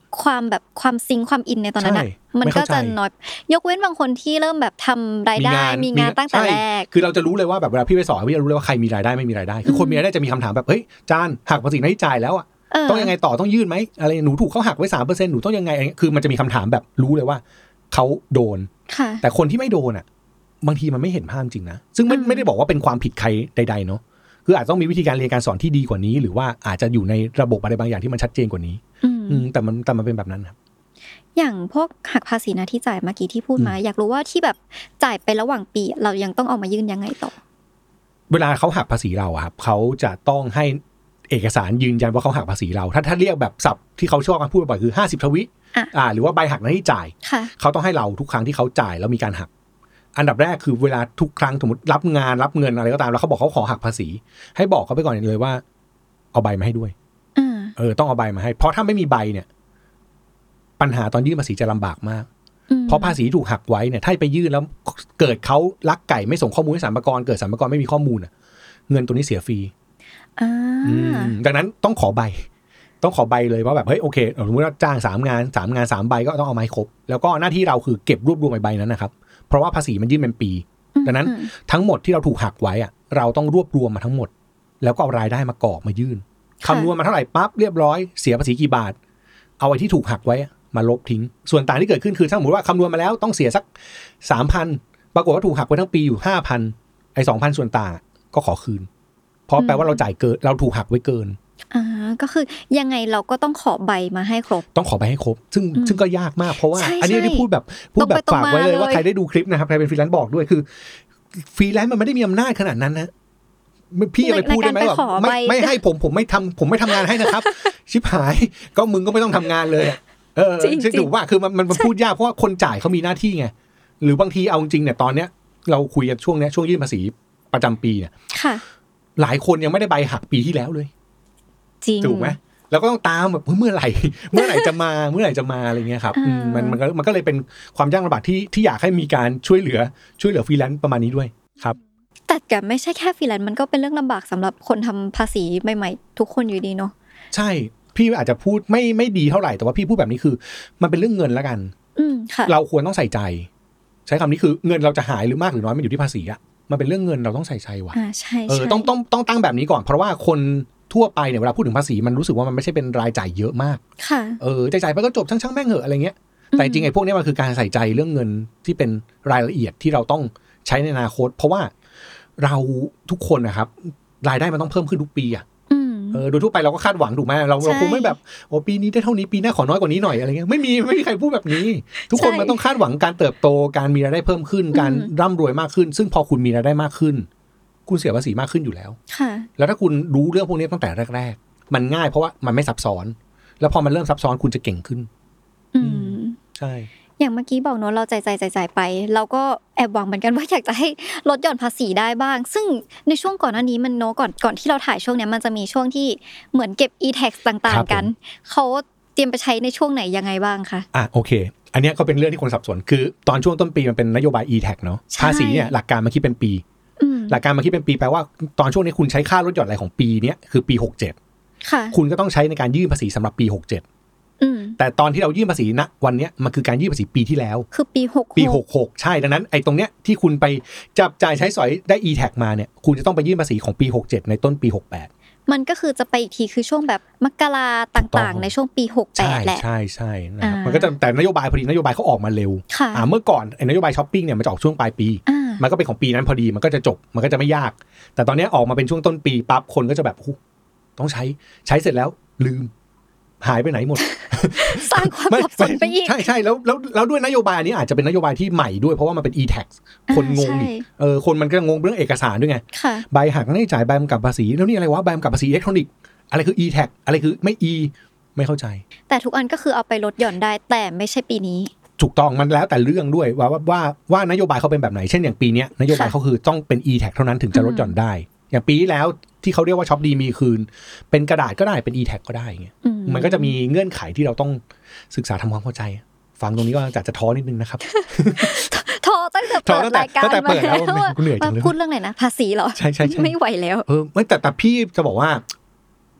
ความซิงความอินในตอนนั้นมันก็จะน้อยยกเว้นบางคนที่เริ่มแบบทำรายได้มีงานตั้งแต่แรกคือเราจะรู้เลยว่าแบบเวลาพี่ไปสอนพี่จะรู้เลยว่าใครมีรายได้ไม่มีรายได้คือคนมีรายได้จะมีคำถามแบบเฮ้ยจานหักภาษีหน้าที่จ่ายแล้วอ่ะต้องยังไงต่อต้องยื่นไหมอะไรหนูถูกเขาหักไว้ 3% หนูต้องยังไงคือมันจะมีคำถามแบบรู้เลยว่าเขาโดนแต่คนที่ไม่โดนอ่ะบางทีมันไม่เห็นภาพจริงนะซึ่งไม่ได้บอกว่าเป็นความผิดใครใดๆเนาะคืออาจต้องมีวิธีการเรียนการสอนที่ดีกว่านี้หรือว่าอาจจะอยู่ในระบบอะไรบางอย่างที่มันชัดเจนกว่านี้แต่มันเป็นแบบนั้นครับอย่างพวกหักภาษีหน้าที่จ่ายเมื่อกี้ที่พูดมาอยากรู้ว่าที่แบบจ่ายไประหว่างปีเรายังต้องเอามายื่นยังไงต่อเวลาเขาหักภาษีเราครับเขาจะต้องให้เอกสารยืนยันว่าเขาหักภาษีเราถ้าเรียกแบบศัพท์ที่เขาชอบกันพูดบ่อยคือ50 ทวิหรือว่าใบหักหน้าที่จ่ายเขาต้องให้เราทุกครั้งที่เขาจ่ายแล้วมีการหักอันดับแรกคือเวลาทุกครั้งสมมติรับงานรับเงินอะไรก็ตามแล้วเขาบอกเขาขอหักภาษีให้บอกเขาไปก่อนเลยว่าเอาใบมาให้ด้วยต้องเอาใบมาให้เพราะถ้าไม่มีใบเนี่ยปัญหาตอนยื่นภาษีจะลำบากมากเพราะภาษีถูกหักไว้เนี่ยถ้าไปยื่นแล้วเกิดเขาลักไก่ไม่ส่งข้อมูลให้สรรพากรเกิดสรรพากรไม่มีข้อมูลเงินตัวนี้เสียฟรีดังนั้นต้องขอใบเลยว่าแบบเฮ้ยโอเคสมมติว่าจ้าง3 งาน3 ใบก็ต้องเอามาให้ครบแล้วก็หน้าที่เราคือเก็บรวบรวมใบนั้นนะครับเพราะว่าภาษีมันยื่นเป็นปีดังนั้นทั้งหมดที่เราถูกหักไว้เราต้องรวบรวมมาทั้งหมดแล้วก็เอารายได้มากรอกมายื่นคำนวณมาเท่าไหร่ปั๊บเรียบร้อยเสียภาษีกี่บาทเอาไอ้ที่ถูกหักไว้มาลบทิ้งส่วนต่างที่เกิดขึ้นคือถ้าสมมติว่าคำนวณมาแล้วต้องเสียสัก 3,000 ปรากฏว่าถูกหักไว้ทั้งปีอยู่ 5,000 ไอ้ 2,000 ส่วนต่างก็ขอคืนเพราะแปลว่าเราจ่ายเกินเราถูกหักไว้เกินก็คือยังไงเราก็ต้องขอใบมาให้ครบต้องขอใบให้ครบซึ่งก็ยากมากเพราะว่าอันนี้ที่พูดแบบฝากไว้เลยว่าใครได้ดูคลิปนะครับใครเป็นฟรีแลนซ์บอกด้วยคือฟรีแลนซ์มันไม่ได้มีอำนาจขนาดนั้นนะพี่อะไรพูดได้ไหมแบบไม่ให้ผมไม่ทำงานให้นะครับชิบหายก็มึงก็ไม่ต้องทำงานเลยซึ่งถูกว่าคือมันพูดยากเพราะว่าคนจ่ายเขามีหน้าที่ไงหรือบางทีเอาจริงเนี่ยตอนเนี้ยเราคุยกันช่วงยื่นภาษีประจำปีเนี่ยหลายคนยังไม่ได้ใบหักปีที่แล้วเลยจริงถูกไหมแล้วก็ต้องตามแบบเมื่อไหร่จะมาอะไรเงี้ยครับมันก็เลยเป็นความยากลำบากที่อยากให้มีการช่วยเหลือฟรีแลนซ์ประมาณนี้ด้วยครับแต่ก็ไม่ใช่แค่ฟรีแลนซ์มันก็เป็นเรื่องลำบากสำหรับคนทำภาษีใหม่ๆทุกคนอยู่ดีเนาะใช่พี่อาจจะพูดไม่ดีเท่าไหร่แต่ว่าพี่พูดแบบนี้คือมันเป็นเรื่องเงินแล้วกันเราควรต้องใส่ใจใช้คำนี้คือเงินเราจะหายหรือมากหรือน้อยมันอยู่ที่ภาษีมันเป็นเรื่องเงินเราต้องใส่ใจว่ะใช่ต้องตั้งแบบนี้ก่อนเพราะว่าคนทั่วไปเนี่ยเวลาพูดถึงภาษีมันรู้สึกว่ามันไม่ใช่เป็นรายจ่ายเยอะมากค่ะจ่ายไปก็จบช่างแม่งเหอะอะไรเงี้ยแต่จริงไอ้พวกนี้มันคือการใส่ใจเรื่องเงินที่เป็นรายละเอียดที่เราต้องใช้ในอนาคตเพราะว่าเราทุกคนนะครับรายได้มันต้องเพิ่มขึ้นทุกปีโดยทั่วไปเราก็คาดหวังถูกไหมเราคงไม่แบบโอ้ปีนี้ได้เท่านี้ปีหน้าขอน้อยกว่านี้หน่อยอะไรเงี้ยไม่มีใครพูดแบบนี้ทุกคนมันต้องคาดหวังการเติบโตการมีรายได้เพิ่มขึ้นการร่ำรวยมากขึ้นซึ่งพอคุณมีรายได้มากขึ้นคุณเสียภาษีมากขึ้นอยู่แล้วแล้วถ้าคุณรู้เรื่องพวกนี้ตั้งแต่แรกๆมันง่ายเพราะว่ามันไม่ซับซ้อนแล้วพอมันเริ่มซับซ้อนคุณจะเก่งขึ้นใช่อย่างเมื่อกี้บอกเนอะเราจ่ายไปเราก็แอบหวังเหมือนกันว่าอยากจะให้ลดหย่อนภาษีได้บ้างซึ่งในช่วงก่อนหน้านี้มันเนอะก่อนที่เราถ่ายช่วงนี้มันจะมีช่วงที่เหมือนเก็บ e-tax ต่างๆกันเขาเตรียมไปใช้ในช่วงไหนยังไงบ้างคะโอเคอันนี้ก็เป็นเรื่องที่คนสับสนคือตอนช่วงต้นปีมันเป็นนโยบาย e-tax เนอะภาษีเนี่ยหลักการมาคิดเป็นปีหลักการมาคิดเป็นปีแปลว่าตอนช่วงนี้คุณใช้ค่าลดหย่อนอะไรของปีนี้คือปี67ค่ะคุณก็ต้องใช้ในการยื่นภาษีสำหรับปี67แต่ตอนที่เรายื่นภาษีณวันนี้มันคือการยื่นภาษีปีที่แล้วคือปี 66ใช่ดังนั้นไอ้ตรงเนี้ยที่คุณไปจับจ่ายใช้สอยได้ e-tax มาเนี่ยคุณจะต้องไปยื่นภาษีของปี67ในต้นปี68 มันก็คือจะไปอีกทีคือช่วงแบบมกราต่างๆในช่วงปี68แหละใช่นะครับมันก็จะแต่นโยบายพอดีนโยบายเขาออกมาเร็วเมื่อก่อนไอ้นโยบายช้อปปิ้งเนี่ยมันจะออกช่วงปลายปีมันก็เป็นของปีนั้นพอดีมันก็จะจบมันก็จะไม่ยากแต่ตอนนี้ออกมาเป็นช่วงต้นปีปั๊บคนก็จะแบบต้องใช้เสร็จแล้วลืมหายไปไหนหมดสร้างความสับสนไปอีกใช่แล้วด้วยนโยบายอันนี้อาจจะเป็นนโยบายที่ใหม่ด้วยเพราะว่ามันเป็น e-tax คนงงอีกคนมันก็งงเรื่องเอกสารด้วยไงใบหักไม่จ่ายใบกำกับภาษีแล้วนี่อะไรวะใบกำกับภาษีอิเล็กทรอนิกส์อะไรคือ e-tax อะไรคือไม่ ไม่เข้าใจแต่ทุกอันก็คือเอาไปลดหย่อนได้แต่ไม่ใช่ปีนี้ถูกต้องมันแล้วแต่เรื่องด้วยว่านโยบายเขาเป็นแบบไหนเช่นอย่างปีนี้นโยบายเขาคือต้องเป็น e-tax เท่านั้นถึงจะลดหย่อนได้อย่างปีที่แล้วที่เขาเรียกว่าช็อปดีมีคืนเป็นกระดาษก็ได้เป็น e-tax ก็ได้เงี้ยมันก็จะมีเงื่อนไขที่เราต้องศึกษาทำความเข้าใจฟังตรงนี้ก็จะท้อนิดนึงนะครับท้อตั้งแต่เปิดรายการตั้งแต่เปิดแล้วกูเหนื่อยจังเลยพูดเรื่องไหนนะภาษีเหรอใช่ไม่ไหวแล้วไม่แต่พี่จะบอกว่าภ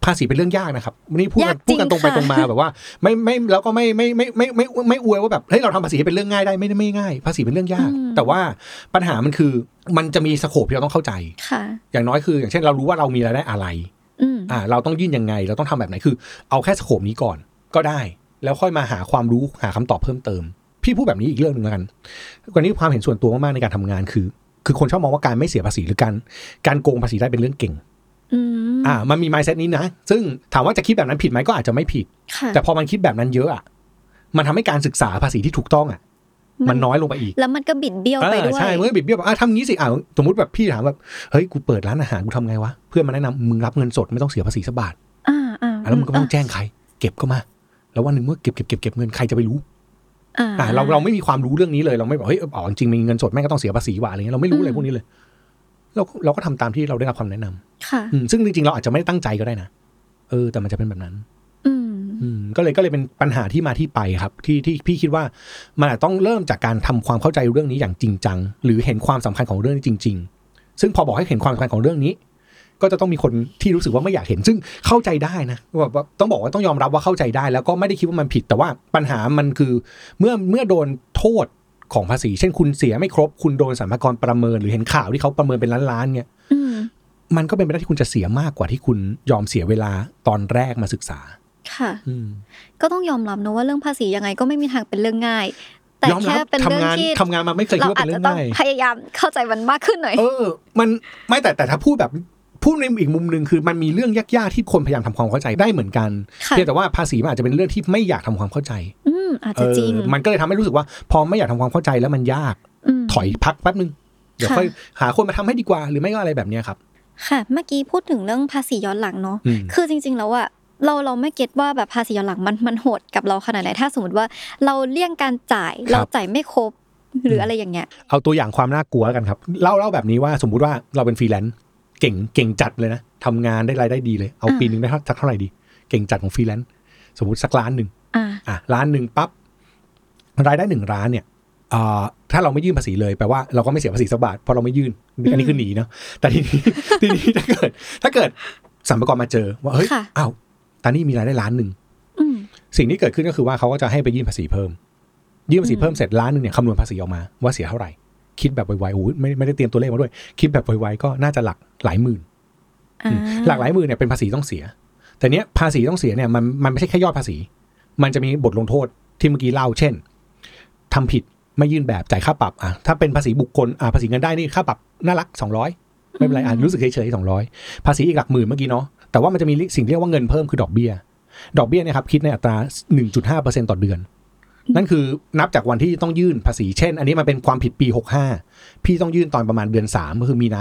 ภาษีเป็นเรื่องยากนะครับนี่พูดกันตรงไปตรงมาแบบว่าไม่แล้วก็ไม่อวยว่าแบบเฮ้ยเราทำภาษีให้เป็นเรื่องง่ายได้ไม่ง่ายภาษีเป็นเรื่องยากแต่ว่าปัญหามันคือมันจะมีสโคปที่เราต้องเข้าใจอย่างน้อยคืออย่างเช่นเรารู้ว่าเรามีรายได้อะไรเราต้องยื่นยังไงเราต้องทำแบบไหนคือเอาแค่สโคปนี้ก่อนก็ได้แล้วค่อยมาหาความรู้หาคำตอบเพิ่มเติมพี่พูดแบบนี้อีกเรื่องนึงแล้วกันวันนี้ความเห็นส่วนตัวมากๆในการทำงานคือคนชอบมองว่าการไม่เสียภาษีหรือการโกงภาษีได้เป็นเรื่องเก่งมันมี mindset นี้นะซึ่งถามว่าจะคิดแบบนั้นผิดไหมก็อาจจะไม่ผิดแต่พอมันคิดแบบนั้นเยอะมันทำให้การศึกษาภาษีที่ถูกต้องมันน้อยลงไปอีกแล้วมันก็บิดเบี้ยวไปด้วยใช่มันก็บิดเบี้ยวทำงี้สิสมมติแบบพี่ถามแบบเฮ้ยกูเปิดร้านอาหารกูทำไงวะเพื่อนมาแนะนำมึงรับเงินสดไม่ต้องเสียภาษีสักบาทแล้วมึงก็ไม่ต้องแจ้งใครเก็บก็มาแล้ววันนึงเมื่อเก็บเงินใครจะไปรู้เราไม่มีความรู้เรื่องนี้เลยเราไม่บอกเฮ้ยจริงมีเงินสดแม่งก็ต้องเสียภาษีว่ะอะไรเงี้ยเราไม่รู้อะไรพวกนี้เลยเราก็ทำตามที่เราได้รับคำแนะนำซึ่งจริงๆเราอาจจะไม่ได้ตั้งใจก็ได้นะแต่มันจะเป็นแบบนั้นก็เลยเป็นปัญหาที่มาที่ไปครับที่พี่คิดว่ามันต้องเริ่มจากการทำความเข้าใจเรื่องนี้อย่างจริงจังหรือเห็นความสำคัญของเรื่องนี้จริงๆซึ่งพอบอกให้เห็นความสำคัญของเรื่องนี้ก็จะต้องมีคนที่รู้สึกว่าไม่อยากเห็นซึ่งเข้าใจได้นะว่าต้องบอกว่าต้องยอมรับว่าเข้าใจได้แล้วก็ไม่ได้คิดว่ามันผิดแต่ว่าปัญหามันคือเมื่อโดนโทษของภาษีเช่นคุณเสียไม่ครบคุณโดนสรรพากรประเมินหรือเห็นข่าวที่เขาประเมินเป็นล้านๆเนี่ยมันก็เป็นไปได้ที่คุณจะเสียมากกว่าที่คุณยอมเสียเวลาตอนแรกมาศึกษาค่ะก็ต้องยอมรับนะว่าเรื่องภาษียังไงก็ไม่มีทางเป็นเรื่องง่ายแต่แค่เป็นเรื่องที่ทำงานมาไม่เคยคิดว่าเป็นเรื่องง่ายพยายามเข้าใจมันมากขึ้นหน่อยมันไม่แต่ถ้าพูดในอีกมุมนึงคือมันมีเรื่องยากๆที่คนพยายามทำความเข้าใจได้เหมือนกันเพียงแต่ว่าภาษีมันอาจจะเป็นเรื่องที่ไม่อยากทำความเข้าใจอาจจะจริงมันก็เลยทำให้รู้สึกว่าพอไม่อยากทำความเข้าใจแล้วมันยากถอยพักแป๊บนึงเดี๋ยวค่อยหาคนมาทำให้ดีกว่าหรือไม่ก็อะไรแบบนี้ครับค่ะเมื่อกี้พูดถึงเรื่องภาษีย้อนหลังเนาะคือจริงๆแล้วอะเราไม่เก็ตว่าแบบภาษีย้อนหลังมันโหดกับเราขนาดไหนถ้าสมมติว่าเราเลี่ยงการจ่ายเราจ่ายไม่ครบหรืออะไรอย่างเงี้ยเอาตัวอย่างความน่ากลัวกันครับเล่าแบบนี้ว่าสมมุติว่าเราเป็นฟรีแลนซ์เก่งจัดเลยนะทำงานได้รายได้ดีเลยเอาปีนึงได้เท่าไหร่ดีเก่งจัดของฟรีแลนซ์สมมุติสักล้านนึงล้านนึงปั๊บรายได้1ล้านเนี่ยถ้าเราไม่ยื่นภาษีเลยแปลว่าเราก็ไม่เสียภาษีสักบาทเพราะเราไม่ยื่นอันนี้คือหนีเนาะแต่ทีนี้ถ้าเกิดสรรพากรมาเจอว่าเฮ้ยอ้าวตอนนี้มีรายได้ล้านนึงสิ่งที่เกิดขึ้นก็คือว่าเขาก็จะให้ไปยื่นภาษีเพิ่มยื่นภาษีเพิ่มเสร็จล้านนึงเนี่ยคำนวณภาษีออกมาว่าเสียเท่าไหร่คิดแบบไวๆโอ้ไม่ได้เตรียมตัวเลขมาด้วยคิดแบบไวๆก็น่าจะหลักหลายหมื่นหลักหลายหมื่นเนี่ยเป็นภาษีต้องเสียแต่เนี้ยภาษีต้องเสียเนี่ยมันไม่ใช่แค่ยอดภาษีมันจะมีบทลงโทษที่เมื่อกี้เล่าเช่นทำผิดไม่ยื่นแบบจ่ายค่าปรับถ้าเป็นภาษีบุคคลภาษีเงินได้นี่ค่าปรับน่ารัก200ไม่เป็นไรรู้สึกเฉยๆ200ภาษีอีกหลักหมื่นเมื่อกี้เนาะแต่ว่ามันจะมีสิ่งที่เรียกว่าเงินเพิ่มคือดอกเบี้ยเนี่ยครับคิดในอัตรา 1.5% ต่อเดือนนั่นคือนับจากวันที่ต้องยื่นภาษีเช่นอันนี้มันเป็นความผิดปี65พี่ต้องยื่นตอนประมาณเดือน3ก็คือมีนา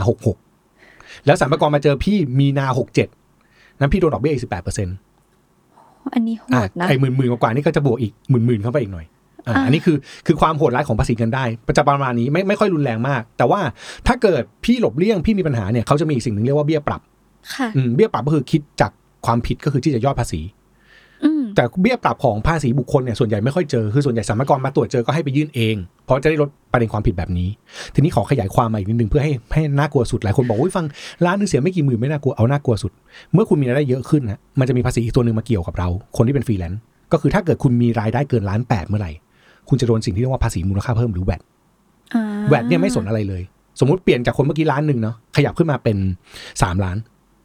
66แล้วสรรพากรมาเจอพี่มีนา67นั้นพี่โดนดอกเบี้ยอีก 18% อันนี้โหดนะไอ้หมื่นกว่านี่ก็จะบวกอีกหมื่นเข้าไปอีกหน่อยอันนี้คือความโหดร้ายของภาษีเงินได้ประมาณนี้ไม่ค่อยรุนแรงมากแต่ว่าถ้าเกิดพี่หลบเลี่ยงพี่มีปัญหาเนี่ยเขาจะมีอีกสิ่งนึงเรียกว่าเบี้ยปรับเบี้ยปรับก็คือคิดจากความผิดก็คือที่จะยอดภาษีแต่เบี้ยปรับของภาษีบุคคลเนี่ยส่วนใหญ่ไม่ค่อยเจอคือส่วนใหญ่สรรพากรมาตรวจเจอก็ให้ไปยื่นเองเพราะจะได้ลดประเด็นความผิดแบบนี้ทีนี้ขอขยายความมาอีกนิดนึงเพื่อให้น่ากลัวสุดหลายคนบอกว่าฟังล้านนึงเสียไม่กี่หมื่นไม่น่ากลัวเอาน่ากลัวสุดเมื่อคุณมีรายได้เยอะขึ้นนะมันจะมีภาษีอีกตัวนึงมาเกี่ยวกับเราคนที่เป็นฟรีแลนซ์ก็คือถ้าเกิดคุณมีรายได้เกิน1.8 ล้านเมื่อไหร่คุณจะโดนสิ่งที่เรียกว่าภาษีมูลค่าเพิ่มหรือ VAT เนี่ยไม่สนอะไรเลยสมมุติเปลี่ยนจากคนเมื่อกี้ล้านนึงเนาะขยับขึ้นมาเป็น3 ล้าน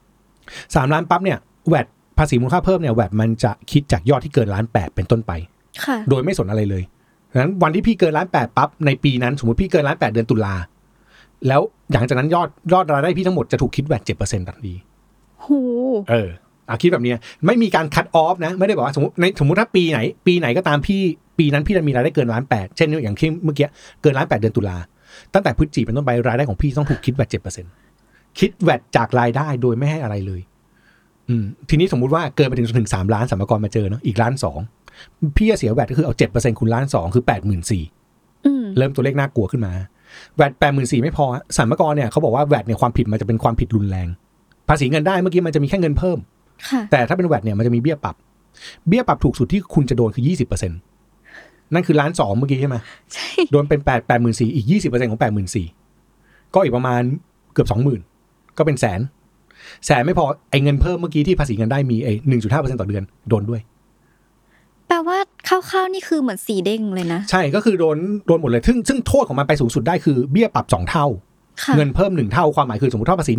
3 ล้านปั๊บเนี่ย VATภาษีมูลค่าเพิ่มเนี่ย VAT มันจะคิดจากยอดที่เกิน1.8 ล้านเป็นต้นไปโดยไม่สนอะไรเลยดังนั้นวันที่พี่เกิน1.8 ล้านปั๊บในปีนั้นสมมุติพี่เกิน1.8 ล้านเดือนตุลาแล้วหลังจากนั้นยอดรายได้พี่ทั้งหมดจะถูกคิด VAT 7% ทันทีคิดแบบนี้ไม่มีการคัตออฟนะไม่ได้บอกว่าสมมติถ้าปีไหนก็ตามพี่ปีนั้นพี่จะมีรายได้เกิน1.8 ล้านเช่นอย่างที่เมื่อกี้เกิน1.8 ล้านเดือนตุลาตั้งแต่พฤศจิกายนเป็นต้นไปรายได้ของพี่ต้องถูกคิด VAT 7% คิด VAT จากรายได้โดยไม่ให้อะไรเลยทีนี้สมมุติว่าเกินไปถึง3 ล้านสรรพากรมาเจอเนาะอีก1.2 ล้านพี่จะเสีย VAT ก็คือเอา 7% คูณ1.2 ล้านคือ 84,000 เริ่มตัวเลขน่ากลัวขึ้นมา VAT 84,000 ไม่พอสรรพากรเนี่ยเขาบอกว่า VAT เนี่ยความผิดมันจะเป็นความผิดรุนแรงภาษีเงินได้เมื่อกี้มันจะมีแค่เงินเพิ่มแต่ถ้าเป็น VAT เนี่ยมันจะมีเบี้ยปรับถูกสุดที่คุณจะโดนคือ 20% นั่นคือ1.2 ล้านเมื่อกี้ใช่ไหมใช่โดนเป็น 84,000 อีก 20% ของ 84,000 ก็อีกประมาณเกือบ 20,000 ก็เป็นแสน 100,000ไม่พอไอ้เงินเพิ่มเมื่อกี้ที่ภาษีเงินได้มีไอ้ 1.5% ต่อเดือนโดนด้วยแปลว่าคร่าวๆนี่คือเหมือนสีเด้งเลยนะใช่ก็คือโดนหมดเลยซึ่งโทษของมันไปสูงสุดได้คือเบี้ยปรับ2เท่าเงินเพิ่ม1เท่าความหมายคือสมมุติเท่าภาษี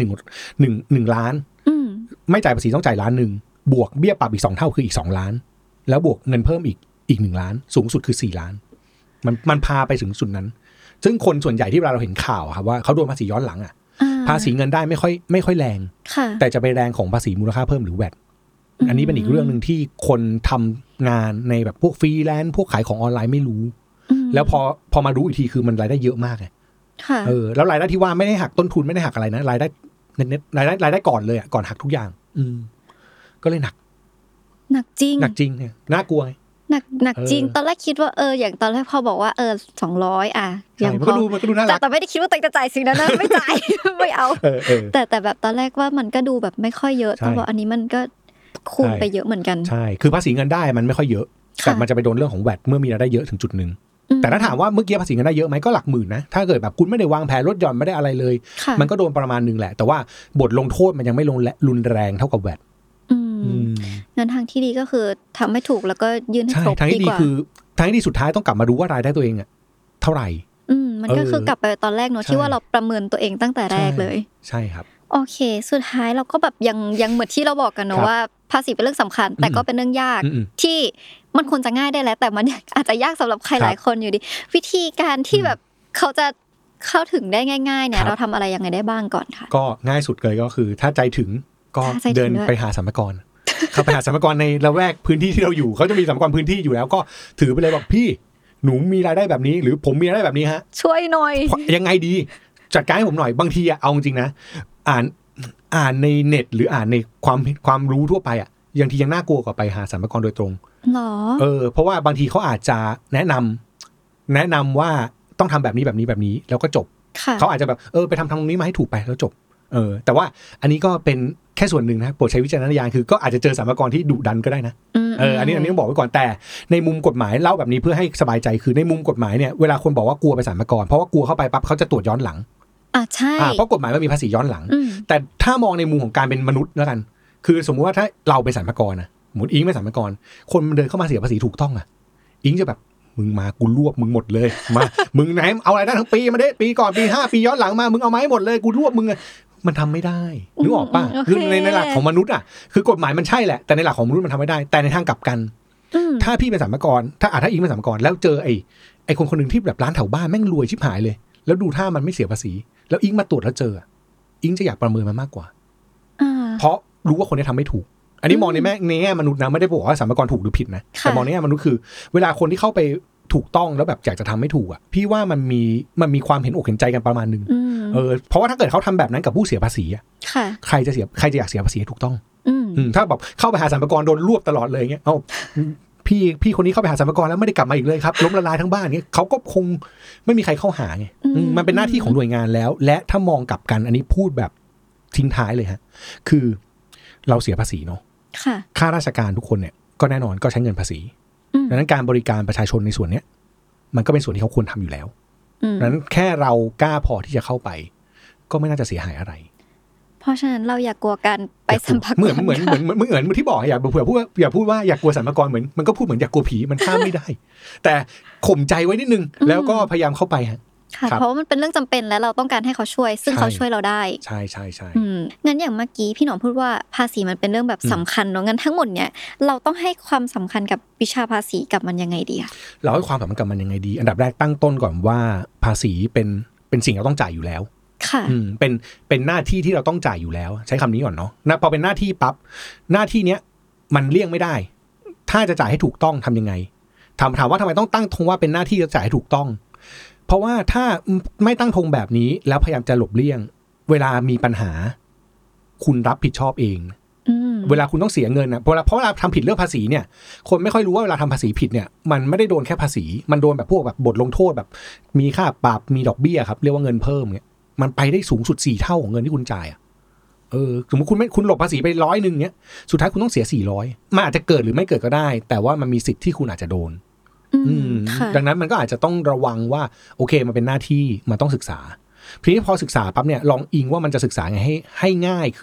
1ล้านไม่จ่ายภาษีต้องจ่าย1ล้านบวกเบี้ยปรับอีก2เท่าคืออีก2ล้านแล้วบวกเงินเพิ่มอีก1ล้านสูงสุดคือ4ล้านมันพาไปถึงสุดนั้นซึ่งคนส่วนใหญ่ที่เวลาเราเห็นข่าวครับว่าเขาโดนภาษีย้อนหลังอ่ะภาษีเงินได้ไม่ค่อยแรงแต่จะไปแรงของภาษีมูลค่าเพิ่มหรือแวดอันนี้เป็นอีกเรื่องนึงที่คนทำงานในแบบพวกฟรีแลนซ์พวกขายของออนไลน์ไม่รู้แล้วพอมารู้อีกทีคือมันรายได้เยอะมากไงแล้วรายได้ที่ว่าไม่ได้หักต้นทุนไม่ได้หักอะไรนะรายได้เน็ตรายได้ก่อนเลยอ่ะก่อนหักทุกอย่างก็เลยหนักจริงเนี่ยน่ากลัวหนักจริงตอนแรกคิดว่าอย่างตอนแรกพอบอกว่า200 อย่างพอมันก็ดูน่ารักแต่ไม่ได้คิดว่าตัวเองจะจ่ายสิ่งนั้นนะไม่จ่ายไม่เอาแต่แบบตอนแรกว่ามันก็ดูแบบไม่ค่อยเยอะต้องบอกอันนี้มันก็คูณไปเยอะเหมือนกันใช่คือภาษีเงินได้มันไม่ค่อยเยอะแต่มันจะไปโดนเรื่องของแวดเมื่อมีรายได้เยอะถึงจุดนึงแต่ถ้าถามว่าเมื่อกี้ภาษีเงินได้เยอะไหมก็หลักหมื่นนะถ้าเกิดแบบคุณไม่ได้วางแผนลดหย่อนไม่ได้อะไรเลยมันก็โดนประมาณนึงแหละแต่ว่าบทลงโทษมันยังไม่รุนแรงเท่ากับแวดงั้นทางที่ดีก็คือทำให้ถูกแล้วก็ยื่นให้ครบดีกว่าทางที่ดีคือทางที่ดีสุดท้ายต้องกลับมาดูว่ารายได้ตัวเองอ่ะเท่าไหร่มันก็คือกลับไปตอนแรกเนอะที่ว่าเราประเมินตัวเองตั้งแต่แรกเลยใช่ครับโอเคสุดท้ายเราก็แบบยังเหมือนที่เราบอกกันเนอะว่าภาษีเป็นเรื่องสำคัญแต่ก็เป็นเรื่องยากที่มันควรจะง่ายได้แล้วแต่มันอาจจะยากสำหรับใครหลายคนอยู่ดีวิธีการที่แบบเขาจะเข้าถึงได้ง่ายๆเนี่ยเราทำอะไรยังไงได้บ้างก่อนค่ะก็ง่ายสุดเลยก็คือถ้าใจถึงก็เดินไปหาสรรพากรเข้าไปหาสรรพากรในละแวกพื้นที่ที่เราอยู่เขาจะมีสรรพากรพื้นที่อยู่แล้วก็ถือไปเลยบอกพี่หนูมีรายได้แบบนี้หรือผมมีรายได้แบบนี้ฮะช่วยหน่อยยังไงดีจัดการให้ผมหน่อยบางทีเอาจริงนะอ่านในเน็ตหรืออ่านในความรู้ทั่วไปยังทียังน่ากลัวกว่าไปหาสรรพากรโดยตรงหรอเพราะว่าบางทีเขาอาจจะแนะนำว่าต้องทำแบบนี้แล้วก็จบเขาอาจจะแบบไปทำตรงนี้มาให้ถูกไปแล้วจบแต่ว่าอันนี้ก็เป็นแค่ส่วนหนึ่งนะโปรดใช้วิจารณญาณคือก็อาจจะเจอสรรพากรที่ดุดันก็ได้นะอันนี้ต้องบอกไว้ก่อนแต่ในมุมกฎหมายเล่าแบบนี้เพื่อให้สบายใจคือในมุมกฎหมายเนี่ยเวลาคนบอกว่ากลัวไปสรรพากรเพราะว่ากลัวเข้าไปปั๊บเขาจะตรวจย้อนหลังใช่เพราะกฎหมายมันมีภาษีย้อนหลังแต่ถ้ามองในมุมของการเป็นมนุษย์แล้วกันคือสมมุติว่าถ้าเราเป็นสรรพากรนะสมมุติอิงเป็นสรรพากรคนมันเดินเข้ามาเสียภาษีถูกต้องอิงจะแบบมึงมากูรวบมึงหมดเลยมามึงไหนเอาอะไรได้ทั้งปีมาเด้ปีก่อนปี5ปีย้อนหลังมามึงเอามาให้หมดเลยกูรวบมึงมันทำไม่ได้นึกออกป่ะคือในหลักของมนุษย์คือกฎหมายมันใช่แหละแต่ในหลักของมนุษย์มันทำไม่ได้แต่ในทางกลับกันถ้าพี่เป็นสรรพากรถ้าอิงเป็นสรรพากรแล้วเจอไอ้คนนึงที่แบบร้านแถวบ้านแม่งรวยชิบหายเลยแล้วดูท่ามันไม่เสียภาษีแล้วอิงมาตรวจแล้วเจออิงจะอยากประเมินมันมากกว่าเพราะรู้ว่าคนนี้ทำไม่ถูกอันนี้มองในแง่มนุษย์นะไม่ได้บอกว่าสรรพากรถูกหรือผิดนะแต่มองในแง่มนุษย์คือเวลาคนที่เข้าไปถูกต้องแล้วแบบอยากจะทำไม่ถูกพี่ว่ามันมีความเห็นอกเห็นใจกันประมาณนึงเพราะว่าถ้าเกิดเขาทำแบบนั้นกับผู้เสียภาษีใครจะอยากเสียภาษีถูกต้องถ้าแบบเข้าไปหาสรรพากรโดนรวบตลอดเลยเงี้ยพี่คนนี้เข้าไปหาสรรพากรแล้วไม่ได้กลับมาอีกเลยครับล้มละลายทั้งบ้านเงี้ยเขาก็คงไม่มีใครเข้าหาไงมันเป็นหน้าที่ของหน่วยงานแล้วและถ้ามองกลับกันอันนี้พูดแบบทิ้งท้ายเลยฮะคือเราเสียภาษีเนาะค่าราชการทุกคนเนี่ยก็แน่นอนก็ใช้เงินภาษีดังนั้นการบริการประชาชนในส่วนเนี้ยมันก็เป็นส่วนที่เขาควรทำอยู่แล้วดังนั้นแค่เรากล้าพอที่จะเข้าไปก็ไม่น่าจะเสียหายอะไรเพราะฉะนั้นเราอย่ากลัวการไปสัมภาระเหมือนที่บอกอย่าพูดว่าอยากกลัวสรรพากรเหมือนมันก็พูดเหมือนอยากกลัวผีมันห้ามไม่ได้แต่ข่มใจไว้นิดนึงแล้วก็พยายามเข้าไปฮะค่ะเพราะว่ามันเป็นเรื่องจำเป็นและเราต้องการให้เขาช่วยซึ่งเขาช่วยเราได้ใช่งั้นอย่างเมื่อกี้พี่หนอมพูดว่าภาษีมันเป็นเรื่องแบบสำคัญเนาะงั้นทั้งหมดเนี่ยเราต้องให้ความสำคัญกับวิชาภาษีกับมันยังไงดีเราให้ความสำคัญกับมันยังไงดีอันดับแรกตั้งต้นก่อนว่าภาษีเป็นสิ่งเราต้องจ่ายอยู่แล้วค่ะเป็นหน้าที่ที่เราต้องจ่ายอยู่แล้วใช้คำนี้ก่อนเนาะพอเป็นหน้าที่ปั๊บหน้าที่เนี้ยมันเลี่ยงไม่ได้ถ้าจะจ่ายให้ถูกต้องทำยังไงถามว่าทำไมต้องตั้งธงว่าเป็นหน้าที่จะจ่ายให้ถูกต้องเพราะว่าถ้าไม่ตั้งธงแบบนี้แล้วพยายามจะหลบเลี่ยงเวลามีปัญหาคุณรับผิดชอบเองเวลาคุณต้องเสียเงินเพราะเวลาทำผิดเรื่องภาษีเนี่ยคนไม่ค่อยรู้ว่าเวลาทำภาษีผิดเนี่ยมันไม่ได้โดนแค่ภาษีมันโดนแบบพวกแบบบทลงโทษแบบมีค่าปรับมีดอกเบี้ยครับเรียกว่าเงินเพิ่มเนี่ยมันไปได้สูงสุด4เท่าของเงินที่คุณจ่ายสมมติคุณหลบภาษีไป100เนี่ยสุดท้ายคุณต้องเสีย400มันอาจจะเกิดหรือไม่เกิดก็ได้แต่ว่ามันมีสิทธิ์ที่คุณอาจจะโดนดังนั้นมันก็อาจจะต้องระวังว่าโอเคมันเป็นหน้าที่มันต้องศึกษาทีนี้พอศึกษาปั๊บเนี่ยลองอิงว่ามันจะศึกษาไงให้ง่ายขึ้น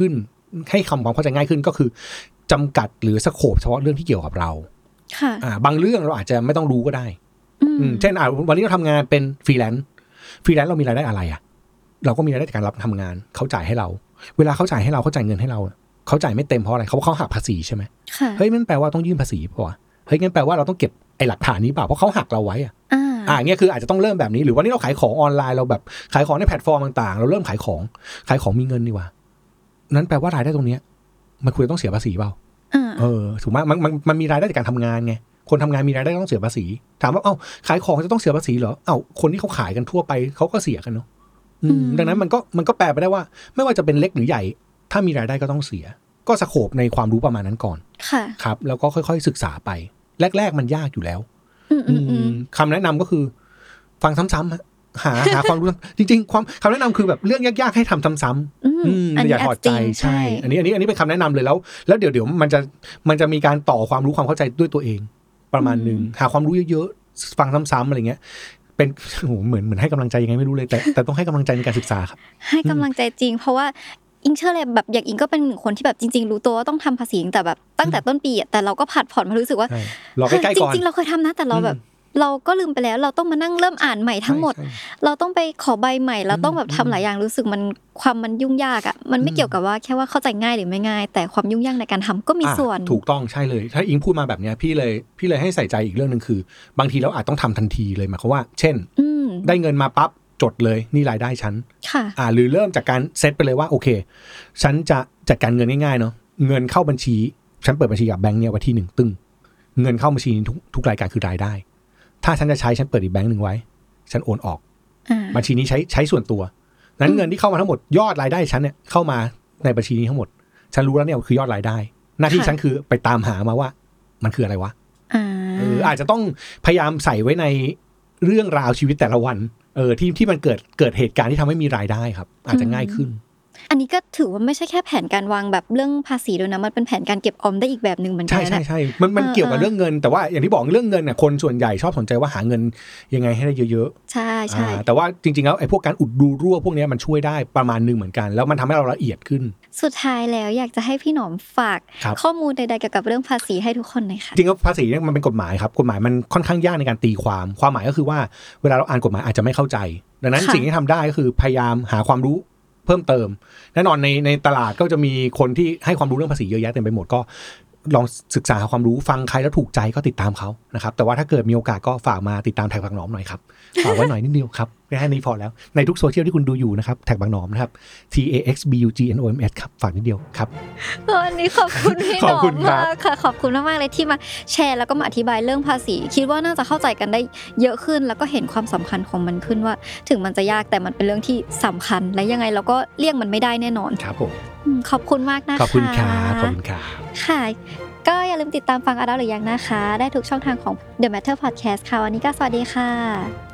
ให้ความเข้าใจง่ายขึ้นก็คือจำกัดหรือสโคปเฉพาะเรื่องที่เกี่ยวกับเราค่ะบางเรื่องเราอาจจะไม่ต้องรู้ก็ได้เช่นวันนี้เราทำงานเป็นฟรีแลนซ์เรามีรายได้อะไรเราก็มีรายได้จากการรับทำงานเขาจ่ายให้เราเวลาเขาจ่ายให้เราเขาจ่ายเงินให้เราเขาจ่ายไม่เต็มเพราะอะไรเขาหักภาษีใช่ไหมเฮ้ยมันแปลว่าต้องยื่นภาษีป่ะเฮ้ยงั้นแปลว่าเราต้องเก็บไอ้หลักฐานนี้เปล่าเพราะเขาหักเราไว้เงี้ยคืออาจจะต้องเริ่มแบบนี้หรือว่านี่เราขายของออนไลน์เราแบบขายของในแพลตฟอร์มต่างๆเราเริ่มขายของมีเงินดีกว่านั้นแปลว่ารายได้ตรงเนี้ยมันควรต้องเสียภาษีเปล่าถูกไหมมันมีรายได้จากการทำงานไงคนทำงานมีรายได้ต้องเสียภาษีถามว่าขายของจะต้องเสียภาษีเหรอคนที่เขาขายกันทั่วไปเขาก็เสียกันเนาะดังนั้นมันก็แปลไปได้ว่าไม่ว่าจะเป็นเล็กหรือใหญ่ถ้ามีรายได้ก็ต้องเสียก็สโคปในความรู้ประมาณนั้นก่อนครับแล้วก็ค่อยๆศึกษาไปแรกๆมันยากอยู่แล้วคำแนะนำก็คือฟังซ้ำๆหาความรู้จริงๆคำแนะนำคือแบบเรื่องยากๆให้ทำซ้ำๆอย่าถอดใจใช่อันนี้เป็นคำแนะนำเลยแล้วเดี๋ยวมันจะมีการต่อความรู้ความเข้าใจด้วยตัวเองประมาณนึงหาความรู้เยอะๆฟังซ้ำๆอะไรเงี้ยเป็นโหเหมือนให้กำลังใจยังไงไม่รู้เลยแต่ต้องให้กำลังใจในการศึกษาครับให้กำลังใจจริงเพราะว่าอิงเชื่อเลยแบบอย่างอิงก็เป็นหนึ่งคนที่แบบจริงๆรู้ตัวว่าต้องทำภาษีแต่แบบตั้งแต่ต้นปีแต่เราก็ผัดผ่อนมารู้สึกว่าเราใกล้ๆก่อนจริงๆเราเคยทำนะแต่เราแบบเราก็ลืมไปแล้วเราต้องมานั่งเริ่มอ่านใหม่ทั้งหมดเราต้องไปขอใบใหม่เราต้องแบบทำหลายอย่างรู้สึกมันยุ่งยากมันไม่เกี่ยวกับว่าแค่ว่าเข้าใจง่ายหรือไม่ง่ายแต่ความยุ่งยากในการทำก็มีส่วนถูกต้องใช่เลยถ้าอิงพูดมาแบบนี้พี่เลยให้ใส่ใจอีกเรื่องนึงคือบางทีเราอาจต้องทำทันทีเลยหมายความว่าเช่นได้เงินมาปั๊บจดเลยนี่รายได้ฉันหรือเริ่มจากการเซตไปเลยว่าโอเคฉันจะจัดการเงินง่ายๆเนาะเงินเข้าบัญชีฉันเปิดบัญชีกับแบงค์เนี่ยวันที่1ตึ้งเงินเข้าบัญชีทุกรายการคือรายได้ถ้าฉันจะใช้ฉันเปิดอีกแบงค์นึงไว้ฉันโอนออกบัญชีนี้ใช้ส่วนตัวนั้นเงินที่เข้ามาทั้งหมดยอดรายได้ฉันเนี่ยเข้ามาในบัญชีนี้ทั้งหมดฉันรู้แล้วเนี่ยคือยอดรายได้หน้าที่ฉันคือไปตามหามาว่ามันคืออะไรวะอาจจะต้องพยายามใส่ไว้ในเรื่องราวชีวิตแต่ละวันที่มันเกิดเหตุการณ์ที่ทำให้มีรายได้ครับอาจจะง่ายขึ้นอันนี้ก็ถือว่าไม่ใช่แค่แผนการวางแบบเรื่องภาษีด้วยนะมันเป็นแผนการเก็บออมได้อีกแบบนึงเหมือนกันใช่มันเกี่ยวกับเรื่องเงินแต่ว่าอย่างที่บอกเรื่องเงินน่ะคนส่วนใหญ่ชอบสนใจว่าหาเงินยังไงให้ได้เยอะๆใช่แต่ว่าจริงๆแล้วไอ้พวกการอุดรูรั่วพวกนี้มันช่วยได้ประมาณนึงเหมือนกันแล้วมันทำให้เราละเอียดขึ้นสุดท้ายแล้วอยากจะให้พี่หนอมฝากข้อมูลใดๆเกี่ยวกับเรื่องภาษีให้ทุกคนหน่อยค่ะจริงๆภาษีเนี่ยมันเป็นกฎหมายครับกฎหมายมันค่อนข้างยากในการตีความหมายก็คือว่าเวลาเราอ่านกฎหมายอาจจะไม่เข้าใจดังนั้นสิ่งที่ทำได้ก็คือพยายามหาความรู้เพิ่มเติมแน่นอนในตลาดก็จะมีคนที่ให้ความรู้เรื่องภาษีเยอะแยะเต็มไปหมดก็ลองศึกษาหาความรู้ฟังใครแล้วถูกใจก็ติดตามเขานะครับแต่ว่าถ้าเกิดมีโอกาสก็ฝากมาติดตามแท็กบางหนอมหน่อยครับฝากไว้หน่อยนิดเดียวครับแค่นี้พอแล้วในทุกโซเชียลที่คุณดูอยู่นะครับแท็กบางหนอมนะครับ TAXBUGNOMS ครับฝากนิดเดียวครับวันนี้ขอบคุณพี่หนอมมากค่ะขอบคุณมากๆเลยที่มาแชร์แล้วก็มาอธิบายเรื่องภาษีคิดว่าน่าจะเข้าใจกันได้เยอะขึ้นแล้วก็เห็นความสำคัญของมันขึ้นว่าถึงมันจะยากแต่มันเป็นเรื่องที่สำคัญและยังไงเราก็เลี่ยงมันไม่ได้แน่นอนครับผมขอบคุณมากนะคะขอบคุณครับขอบคุณครับค่ะก็อย่าลืมติดตามฟังอะดัลหรือยังนะคะได้ทุกช่องทางของ The Matter Podcast ค่ะวันนี้ก็สวัสดีค่ะ